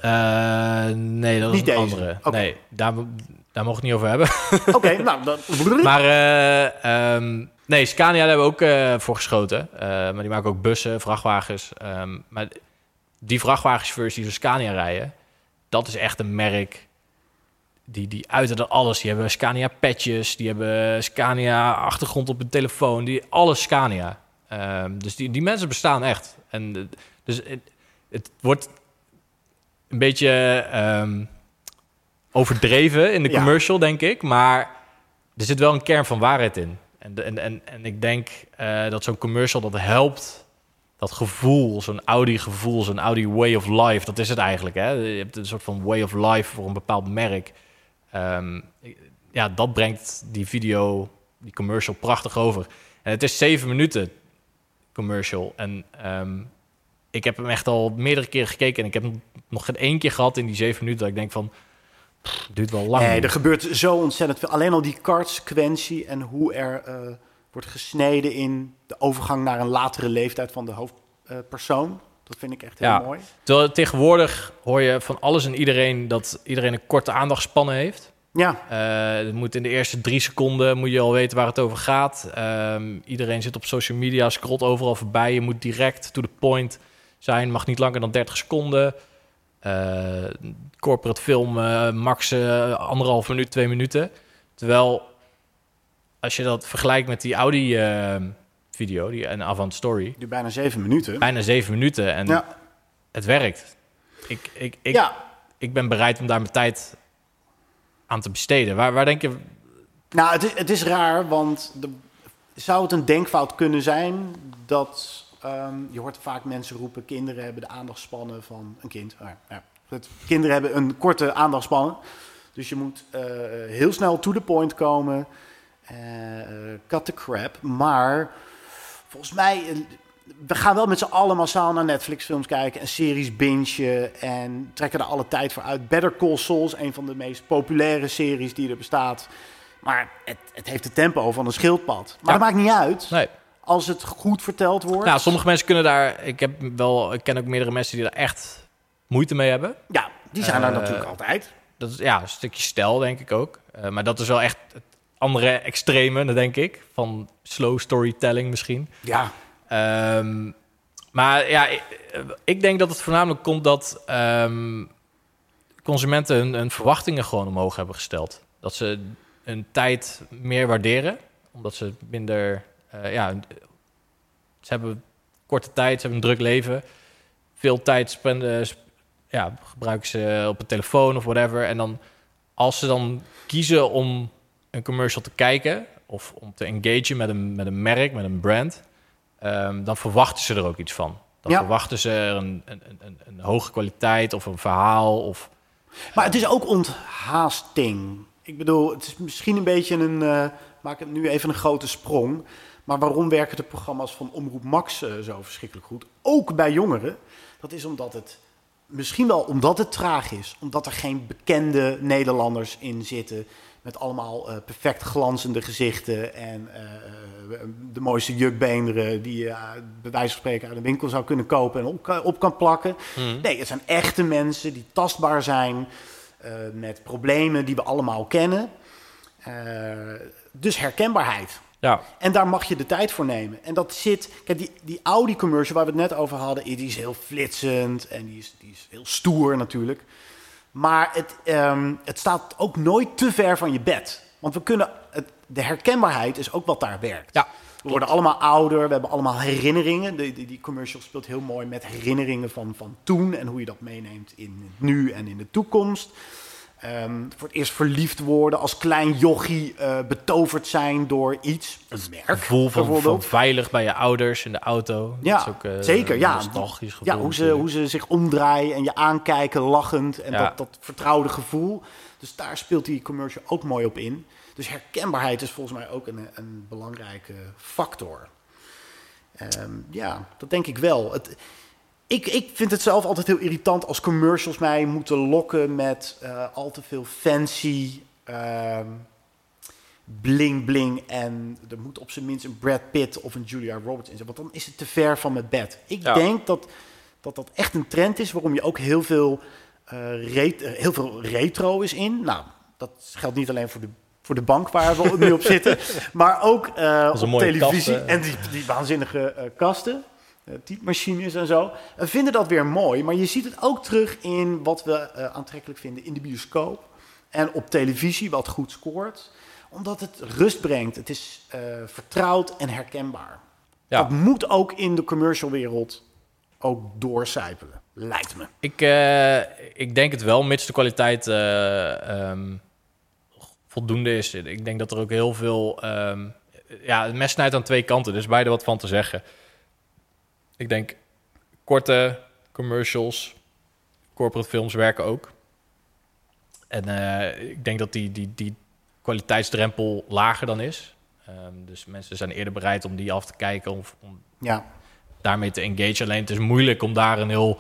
Uh, nee, dat is niet een deze. andere. Okay. Nee, daar, daar mogen we het niet over hebben. Oké, okay, nou... Dat... Maar uh, um, nee, Scania daar hebben we ook uh, voor geschoten. Uh, maar die maken ook bussen, vrachtwagens. Um, maar die vrachtwagenchauffeurs die door Scania rijden, dat is echt een merk. Die, die uiten er alles. Die hebben Scania-patches, die hebben Scania-achtergrond op hun telefoon. Die, alles Scania. Um, dus die, die mensen bestaan echt. En, dus het, het wordt een beetje um, overdreven in de commercial, ja. denk ik. Maar er zit wel een kern van waarheid in. En, en, en, en ik denk uh, dat zo'n commercial dat helpt. Dat gevoel, zo'n Audi-gevoel, zo'n Audi way of life. Dat is het eigenlijk. Hè? Je hebt een soort van way of life voor een bepaald merk. Um, ja, dat brengt die video, die commercial prachtig over. En het is zeven minuten commercial. En um, ik heb hem echt al meerdere keren gekeken. En ik heb hem nog geen één keer gehad in die zeven minuten. Dat ik denk van, pff, het duurt wel lang. Nee, er gebeurt zo ontzettend veel. Alleen al die kartsequentie en hoe er uh, wordt gesneden in de overgang naar een latere leeftijd van de hoofdpersoon. Uh, dat vind ik echt heel ja, mooi. Terwijl tegenwoordig hoor je van alles en iedereen dat iedereen een korte aandachtspannen heeft. Ja. Uh, het moet in de eerste drie seconden moet je al weten waar het over gaat. Um, iedereen zit op social media, scrolt overal voorbij. Je moet direct to the point zijn. Mag niet langer dan dertig seconden. Uh, corporate film, uh, max uh, anderhalf minuut, twee minuten. Terwijl als je dat vergelijkt met die Audi uh, video, die een Avant Story, duurt bijna zeven minuten. Bijna zeven minuten en ja. het werkt. Ik, ik, ik, ja. ik ben bereid om daar mijn tijd aan te besteden. Waar, waar denk je? Nou, het is, het is raar, want de, zou het een denkfout kunnen zijn dat um, je hoort vaak mensen roepen: kinderen hebben de aandachtspannen van een kind. Ah, ja. Het, kinderen hebben een korte aandachtspannen, dus je moet uh, heel snel to the point komen. Uh, cut the crap. Maar volgens mij, uh, we gaan wel met z'n allen massaal naar Netflix-films kijken en series bingen en trekken er alle tijd voor uit. Better Call Saul is een van de meest populaire series die er bestaat. Maar het, het heeft het tempo van een schildpad. Maar ja. dat maakt niet uit. Nee. Als het goed verteld wordt. Nou, sommige mensen kunnen daar. Ik heb wel, ik ken ook meerdere mensen die daar echt moeite mee hebben. Ja, die zijn uh, er natuurlijk altijd. Dat is ja, een stukje stijl, denk ik ook. Uh, maar dat is wel echt het andere extreme, denk ik. Van slow storytelling misschien. Ja. Um, maar ja, ik, ik denk dat het voornamelijk komt dat um, consumenten hun, hun verwachtingen gewoon omhoog hebben gesteld. Dat ze hun tijd meer waarderen, omdat ze minder, uh, ja, ze hebben korte tijd, ze hebben een druk leven, veel tijd spenden, sp- ja, gebruiken ze op een telefoon of whatever. En dan, als ze dan kiezen om een commercial te kijken of om te engagen met een, met een merk, met een brand, Um, dan verwachten ze er ook iets van. Dan ja. verwachten ze er een, een, een, een hoge kwaliteit of een verhaal. Of, maar het is ook onthaasting. Ik bedoel, het is misschien een beetje een... Uh, maak het nu even een grote sprong. Maar waarom werken de programma's van Omroep Max uh, zo verschrikkelijk goed? Ook bij jongeren. Dat is omdat het... Misschien wel omdat het traag is. Omdat er geen bekende Nederlanders in zitten... met allemaal uh, perfect glanzende gezichten... en uh, de mooiste jukbeenderen... die je uh, bij wijze van spreken uit een winkel zou kunnen kopen... en op, op kan plakken. Mm. Nee, het zijn echte mensen die tastbaar zijn... Uh, met problemen die we allemaal kennen. Uh, dus herkenbaarheid. Ja. En daar mag je de tijd voor nemen. En dat zit... Kijk, die, die Audi-commercial waar we het net over hadden... die is heel flitsend en die is, die is heel stoer natuurlijk. Maar het, um, het staat ook nooit te ver van je bed. Want we kunnen... Het, de herkenbaarheid is ook wat daar werkt. Ja. We worden allemaal ouder, we hebben allemaal herinneringen. Die, die, die commercial speelt heel mooi met herinneringen van, van toen... en hoe je dat meeneemt in het nu en in de toekomst... Um, voor het eerst verliefd worden, als klein jochie uh, betoverd zijn door iets. Een merk, gevoel van, van veilig bij je ouders in de auto. Ja, dat is ook, uh, zeker. Ja, nostalgisch gevoel. Ja, hoe ze, hoe ze zich omdraaien en je aankijken, lachend. En ja. dat, dat vertrouwde gevoel. Dus daar speelt die commercial ook mooi op in. Dus herkenbaarheid is volgens mij ook een, een belangrijke factor. Um, ja, dat denk ik wel. Het... Ik, ik vind het zelf altijd heel irritant als commercials mij moeten lokken met uh, al te veel fancy uh, bling bling. En er moet op zijn minst een Brad Pitt of een Julia Roberts in zitten. Want dan is het te ver van mijn bed. Ik ja. denk dat, dat dat echt een trend is waarom je ook heel veel, uh, ret- heel veel retro is in. Nou, dat geldt niet alleen voor de, voor de bank waar we nu op zitten. Maar ook uh, op televisie kasten. En die, die waanzinnige uh, kasten. Uh, typemachines en zo. We vinden dat weer mooi, maar je ziet het ook terug in wat we uh, aantrekkelijk vinden in de bioscoop. En op televisie, wat goed scoort. Omdat het rust brengt. Het is uh, vertrouwd en herkenbaar. Ja. Dat moet ook in de commercialwereld ook doorcijpelen, lijkt me. Ik, uh, ik denk het wel, mits de kwaliteit uh, um, voldoende is. Ik denk dat er ook heel veel... Um, ja, het mes snijdt aan twee kanten, dus beide wat van te zeggen. Ik denk, korte commercials, corporate films werken ook. En uh, ik denk dat die, die, die kwaliteitsdrempel lager dan is. Um, dus mensen zijn eerder bereid om die af te kijken of om ja. daarmee te engage. Alleen het is moeilijk om daar een heel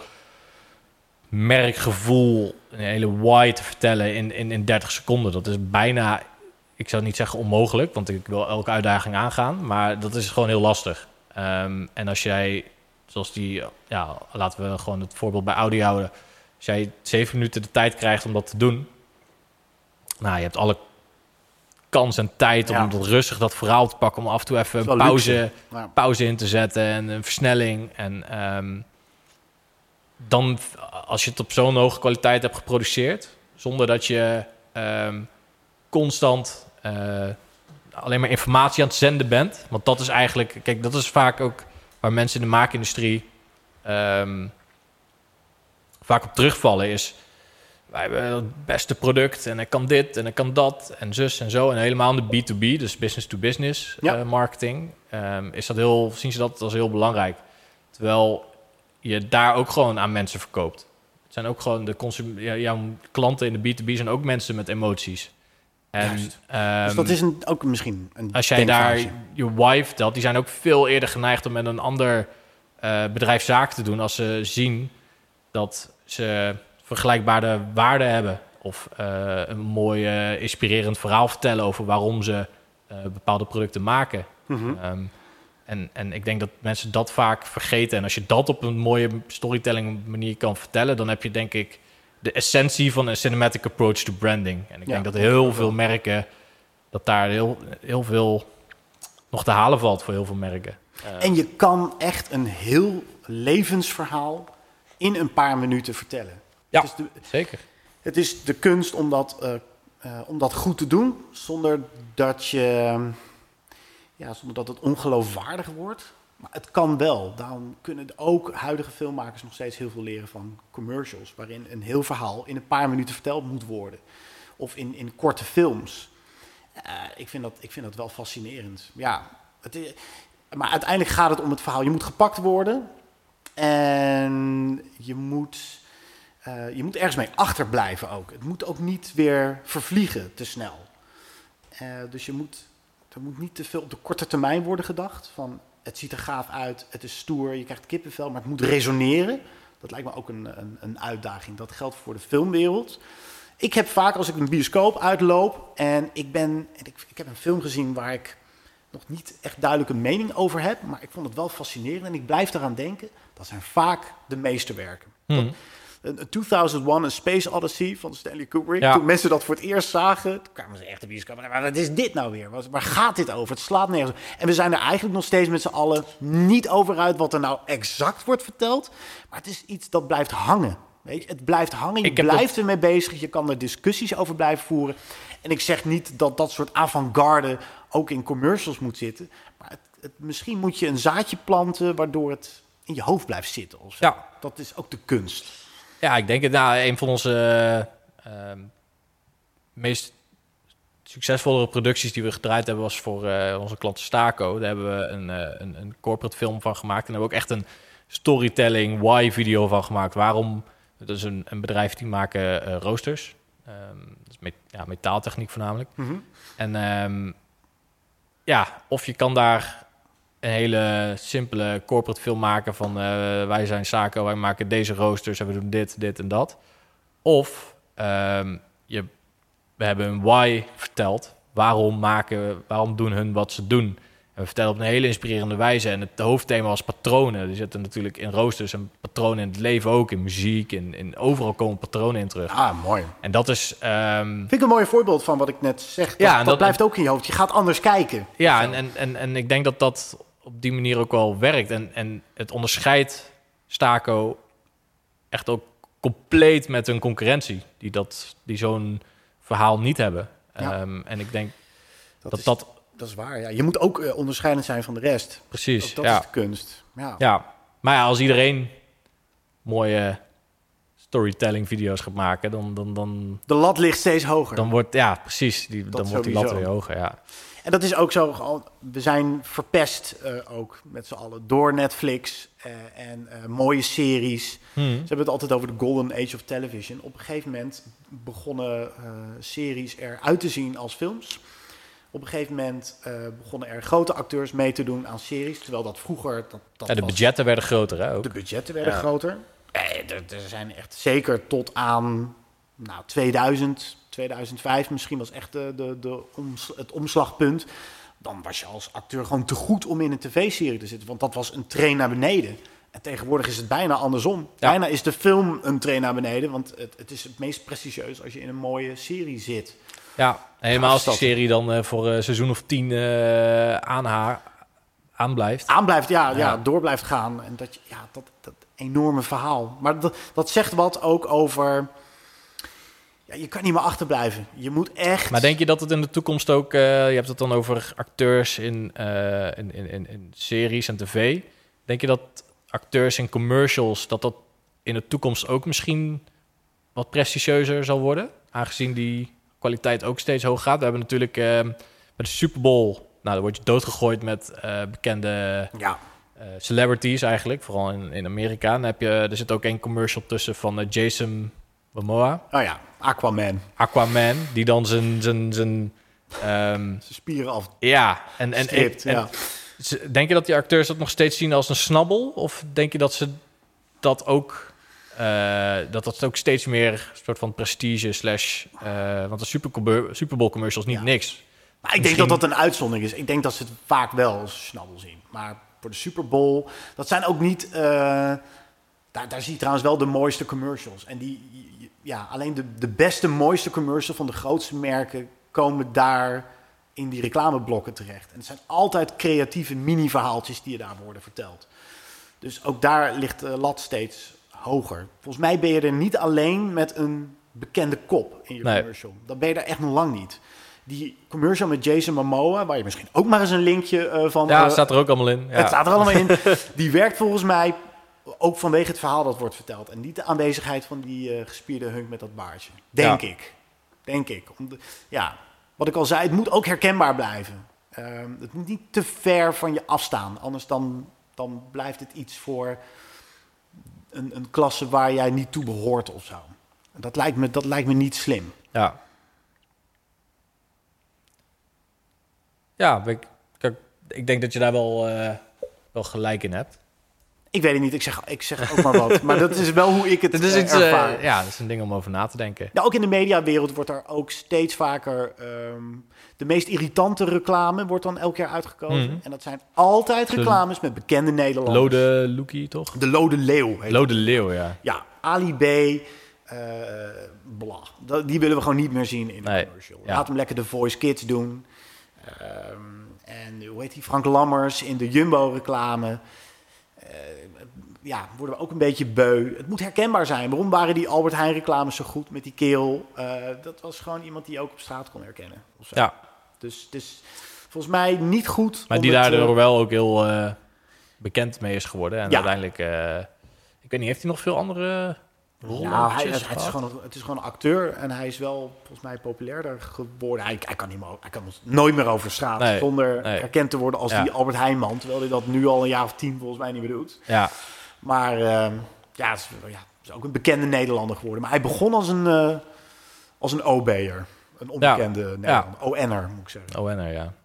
merkgevoel, een hele why te vertellen in, in, in dertig seconden. Dat is bijna, ik zou niet zeggen onmogelijk, want ik wil elke uitdaging aangaan. Maar dat is gewoon heel lastig. Um, en als jij... Zoals die, ja, laten we gewoon het voorbeeld bij Audi houden. Als jij zeven minuten de tijd krijgt om dat te doen. Nou, je hebt alle kans en tijd om ja. dat rustig dat verhaal te pakken. Om af en toe even een pauze, ja. pauze in te zetten en een versnelling. En um, dan, als je het op zo'n hoge kwaliteit hebt geproduceerd. Zonder dat je um, constant uh, alleen maar informatie aan het zenden bent. Want dat is eigenlijk, kijk, dat is vaak ook... waar mensen in de maakindustrie um, vaak op terugvallen is... wij hebben het beste product en ik kan dit en ik kan dat en zus en zo. En helemaal in de B to B, dus business-to-business ja. uh, marketing... Um, is dat heel, zien ze dat als heel belangrijk. Terwijl je daar ook gewoon aan mensen verkoopt. Het zijn ook gewoon de consum- ja, jouw klanten in de B to B zijn ook mensen met emoties. En, um, dus dat is een, ook misschien een als jij daar je wife telt, die zijn ook veel eerder geneigd om met een ander uh, bedrijf zaken te doen als ze zien dat ze vergelijkbare waarden hebben of uh, een mooi uh, inspirerend verhaal vertellen over waarom ze uh, bepaalde producten maken. Mm-hmm. Um, en, en ik denk dat mensen dat vaak vergeten. En als je dat op een mooie storytelling manier kan vertellen, dan heb je denk ik de essentie van een cinematic approach to branding. En ik ja. denk dat heel veel merken, dat daar heel, heel veel nog te halen valt voor heel veel merken. Uh, en je kan echt een heel levensverhaal in een paar minuten vertellen. Ja, het is de, zeker. Het is de kunst om dat, uh, uh, om dat goed te doen, zonder dat je, ja, zonder dat het ongeloofwaardig wordt. Maar het kan wel. Daarom kunnen ook huidige filmmakers nog steeds heel veel leren van commercials, waarin een heel verhaal in een paar minuten verteld moet worden. Of in, in korte films. Uh, ik, vind dat, ik vind dat wel fascinerend. Ja, het is, maar uiteindelijk gaat het om het verhaal. Je moet gepakt worden en je moet, uh, je moet ergens mee achterblijven ook. Het moet ook niet weer vervliegen te snel. Uh, dus je moet, er moet niet te veel op de korte termijn worden gedacht. Van, het ziet er gaaf uit, het is stoer, je krijgt kippenvel, maar het moet resoneren. Dat lijkt me ook een, een, een uitdaging. Dat geldt voor de filmwereld. Ik heb vaak, als ik een bioscoop uitloop en ik ben, ik, ik heb een film gezien waar ik nog niet echt duidelijk een mening over heb, maar ik vond het wel fascinerend en ik blijf eraan denken. Dat zijn vaak de meesterwerken. Hmm. Dat, tweeduizend één, een Space Odyssey van Stanley Kubrick. Ja. Toen mensen dat voor het eerst zagen, toen kwamen ze echt de bioscoop. Maar wat is dit nou weer? Waar gaat dit over? Het slaat nergens op. En we zijn er eigenlijk nog steeds met z'n allen niet over uit wat er nou exact wordt verteld. Maar het is iets dat blijft hangen. Weet je? Het blijft hangen, je blijft dat... ermee bezig. Je kan er discussies over blijven voeren. En ik zeg niet dat dat soort avant-garde ook in commercials moet zitten. Maar het, het, misschien moet je een zaadje planten waardoor het in je hoofd blijft zitten. Of zo. Ja. Dat is ook de kunst. Ja, ik denk het. Nou, een van onze uh, uh, meest succesvolle producties die we gedraaid hebben was voor uh, onze klant Staco. Daar hebben we een, uh, een, een corporate film van gemaakt. En daar hebben we ook echt een storytelling why-video van gemaakt. Waarom? Dat is een, een bedrijf die maken uh, roosters. Um, dat is met, ja, metaaltechniek voornamelijk. Mm-hmm. En um, ja, of je kan daar een hele simpele corporate film maken van uh, wij zijn Staco, wij maken deze roosters en we doen dit, dit en dat. Of um, je, we hebben een why verteld. Waarom maken, waarom doen hun wat ze doen? En we vertellen op een hele inspirerende wijze. En het hoofdthema was patronen. Er zitten natuurlijk in roosters en patronen in het leven ook. In muziek, in, in overal komen patronen in terug. Ah, mooi. En dat is... Um... Vind ik een mooi voorbeeld van wat ik net zeg. Dat, ja, dat, dat blijft ook in je hoofd. Je gaat anders kijken. Ja, en, en, en, en ik denk dat dat op die manier ook wel werkt. En, en het onderscheidt Staco echt ook compleet met hun concurrentie. Die, dat, die zo'n verhaal niet hebben. Ja. Um, en ik denk dat dat... Is... dat Dat is waar, ja. Je moet ook uh, onderscheidend zijn van de rest. Precies, Dat, dat ja. is de kunst. Ja. ja, maar ja, als iedereen mooie storytelling video's gaat maken, dan... dan, dan de lat ligt steeds hoger. Dan wordt, ja, precies. Die, dan wordt die lat weer hoger, ja. En dat is ook zo, we zijn verpest uh, ook met z'n allen door Netflix uh, en uh, mooie series. Hmm. Ze hebben het altijd over de golden age of television. Op een gegeven moment begonnen uh, series eruit te zien als films. Op een gegeven moment uh, begonnen er grote acteurs mee te doen aan series. Terwijl dat vroeger... Dat, dat ja, de was, budgetten werden groter, hè? Ook. De budgetten werden ja. groter. Eh, er, er zijn echt zeker tot aan nou, tweeduizend, tweeduizend vijf misschien was echt de, de, de oms, het omslagpunt. Dan was je als acteur gewoon te goed om in een tv-serie te zitten. Want dat was een train naar beneden. En tegenwoordig is het bijna andersom. Ja. Bijna is de film een train naar beneden. Want het, het is het meest prestigieus als je in een mooie serie zit. Ja, helemaal als die serie dan uh, voor een uh, seizoen of tien uh, aan haar aanblijft. Aanblijft, ja, ja. ja, door blijft gaan. En dat, ja, dat, dat enorme verhaal. Maar dat, dat zegt wat ook over... Ja, je kan niet meer achterblijven. Je moet echt... Maar denk je dat het in de toekomst ook... Uh, je hebt het dan over acteurs in, uh, in, in, in, in series en tv. Denk je dat acteurs in commercials... dat dat in de toekomst ook misschien wat prestigieuzer zal worden? Aangezien die... kwaliteit ook steeds hoog gaat. We hebben natuurlijk uh, bij de Super Bowl... Nou, dan word je doodgegooid met uh, bekende ja. uh, celebrities eigenlijk. Vooral in, in Amerika. Dan heb je, er zit ook een commercial tussen van uh, Jason Momoa. Oh ja, Aquaman. Aquaman, die dan zijn... zijn, zijn um, zijn spieren af. Ja. En, en, stript, en, ja. en, denk je dat die acteurs dat nog steeds zien als een snabbel? Of denk je dat ze dat ook... Uh, dat dat ook steeds meer een soort van prestige slash... Uh, want de Super, Super Bowl commercials niet ja. niks. Maar ik Misschien... denk dat dat een uitzondering is. Ik denk dat ze het vaak wel als snabbel zien. Maar voor de Super Bowl... Dat zijn ook niet... Uh, daar, daar zie je trouwens wel de mooiste commercials. En die... Ja, alleen de, de beste, mooiste commercial van de grootste merken... komen daar in die reclameblokken terecht. En het zijn altijd creatieve mini-verhaaltjes... die je daar worden verteld. Dus ook daar ligt de lat steeds... hoger. Volgens mij ben je er niet alleen met een bekende kop in je nee. commercial. Dan ben je er echt nog lang niet. Die commercial met Jason Momoa, waar je misschien ook maar eens een linkje uh, van... Ja, uh, het staat er ook allemaal in. Ja. Het staat er allemaal in. Die werkt volgens mij ook vanwege het verhaal dat wordt verteld. En niet de aanwezigheid van die uh, gespierde hunk met dat baardje. Denk ja. ik. Denk ik. Om de, ja, wat ik al zei, het moet ook herkenbaar blijven. Um, het moet niet te ver van je afstaan. Anders dan, dan blijft het iets voor een, een klasse waar jij niet toe behoort of zo. Dat lijkt me, dat lijkt me niet slim. Ja. Ja, ik, ik, ik denk dat je daar wel, uh, wel gelijk in hebt. Ik weet het niet, ik zeg, ik zeg ook maar wat. Maar dat is wel hoe ik het dat is uh, iets, ervaar. Uh, ja, dat is een ding om over na te denken. Nou, ook in de mediawereld wordt er ook steeds vaker... Um, de meest irritante reclame wordt dan elk jaar uitgekozen. Mm-hmm. En dat zijn altijd reclames met bekende Nederlanders. Lode Loekie, toch? De Lode Leeuw. Heet Lode Leeuw, ja. Ja, Ali B. Uh, blah. Die willen we gewoon niet meer zien in de nee. commercial. Ja. Laat hem lekker de Voice Kids doen. Um, en hoe heet die? Frank Lammers in de Jumbo-reclame. Uh, ja, worden we ook een beetje beu. Het moet herkenbaar zijn. Waarom waren die Albert Heijn reclames zo goed met die keel? Uh, dat was gewoon iemand die je ook op straat kon herkennen. Of zo. Ja. Dus het is volgens mij niet goed. Maar die daardoor uh, wel ook heel uh, bekend mee is geworden. En ja. uiteindelijk, uh, ik weet niet, heeft hij nog veel andere rollen? Nou, hij, het, het, is gewoon, het is gewoon een acteur en hij is wel volgens mij populairder geworden. Hij, hij kan niet meer, hij kan nooit meer over straat nee, zonder nee. herkend te worden als ja. die Albert Heijn man. Terwijl hij dat nu al een jaar of tien volgens mij niet meer doet. Ja. Maar uh, ja, het is, ja, het is ook een bekende Nederlander geworden. Maar hij begon als een, uh, als een O B'er. Een onbekende ja. Nederlander. Ja. O N'er, moet ik zeggen. O N'er, ja.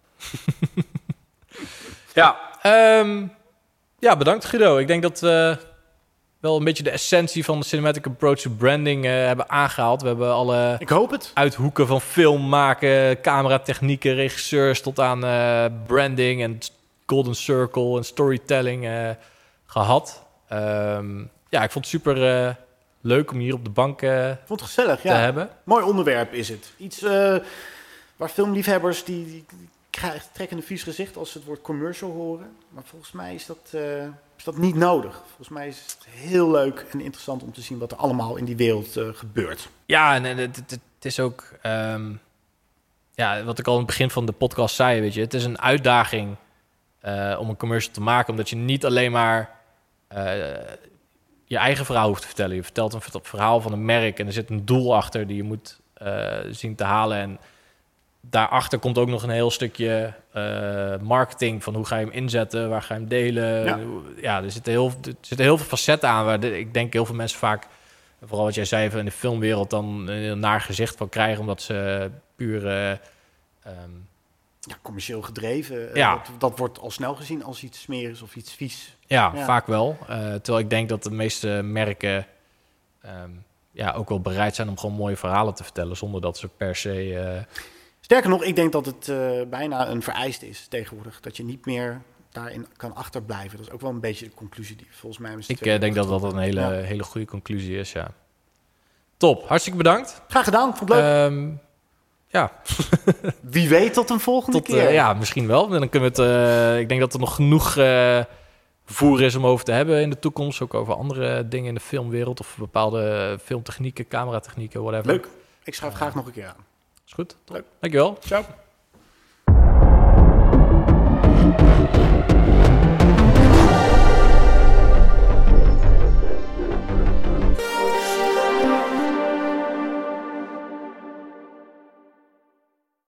ja, um, ja, bedankt Guido. Ik denk dat we wel een beetje de essentie van de cinematic approach to branding uh, hebben aangehaald. We hebben alle ik hoop het. uithoeken van film maken, cameratechnieken, regisseurs tot aan uh, branding en golden circle en storytelling uh, gehad. Um, ja, ik vond het super uh, leuk om hier op de bank uh, ik vond het gezellig, te ja. hebben. Mooi onderwerp is het. Iets uh, waar filmliefhebbers die, die, die krijgen, trekken een vies gezicht als ze het woord commercial horen. Maar volgens mij is dat, uh, is dat niet nodig. Volgens mij is het heel leuk en interessant om te zien wat er allemaal in die wereld uh, gebeurt. Ja, en het, het, het is ook... Um, ja, wat ik al in het begin van de podcast zei, weet je. Het is een uitdaging uh, om een commercial te maken, omdat je niet alleen maar Uh, je eigen verhaal hoeft te vertellen. Je vertelt een verhaal van een merk en er zit een doel achter die je moet uh, zien te halen. En daarachter komt ook nog een heel stukje uh, marketing van hoe ga je hem inzetten, waar ga je hem delen. Ja, ja er, zitten heel, er zitten heel veel facetten aan waar de, ik denk heel veel mensen vaak, vooral wat jij zei in de filmwereld, dan een naar gezicht van krijgen omdat ze puur Uh, um, Ja, commercieel gedreven. Ja. Dat, dat wordt al snel gezien als iets smerigs of iets vies. Ja, ja. vaak wel. Uh, terwijl ik denk dat de meeste merken um, ja, ook wel bereid zijn om gewoon mooie verhalen te vertellen, zonder dat ze per se... Uh... Sterker nog, ik denk dat het uh, bijna een vereiste is tegenwoordig. Dat je niet meer daarin kan achterblijven. Dat is ook wel een beetje de conclusie die volgens mij... Ik uh, denk dat dat een hele, ja. hele goede conclusie is, ja. Top, hartstikke bedankt. Graag gedaan, vond het leuk. Um, Ja. Wie weet tot een volgende tot, keer. Uh, ja, misschien wel. En dan kunnen we het. Uh, ik denk dat er nog genoeg uh, voer is om over te hebben in de toekomst. Ook over andere dingen in de filmwereld of bepaalde filmtechnieken, cameratechnieken, whatever. Leuk. Ik schrijf uh, graag nog een keer aan. Is goed. Leuk. Dankjewel. Ciao.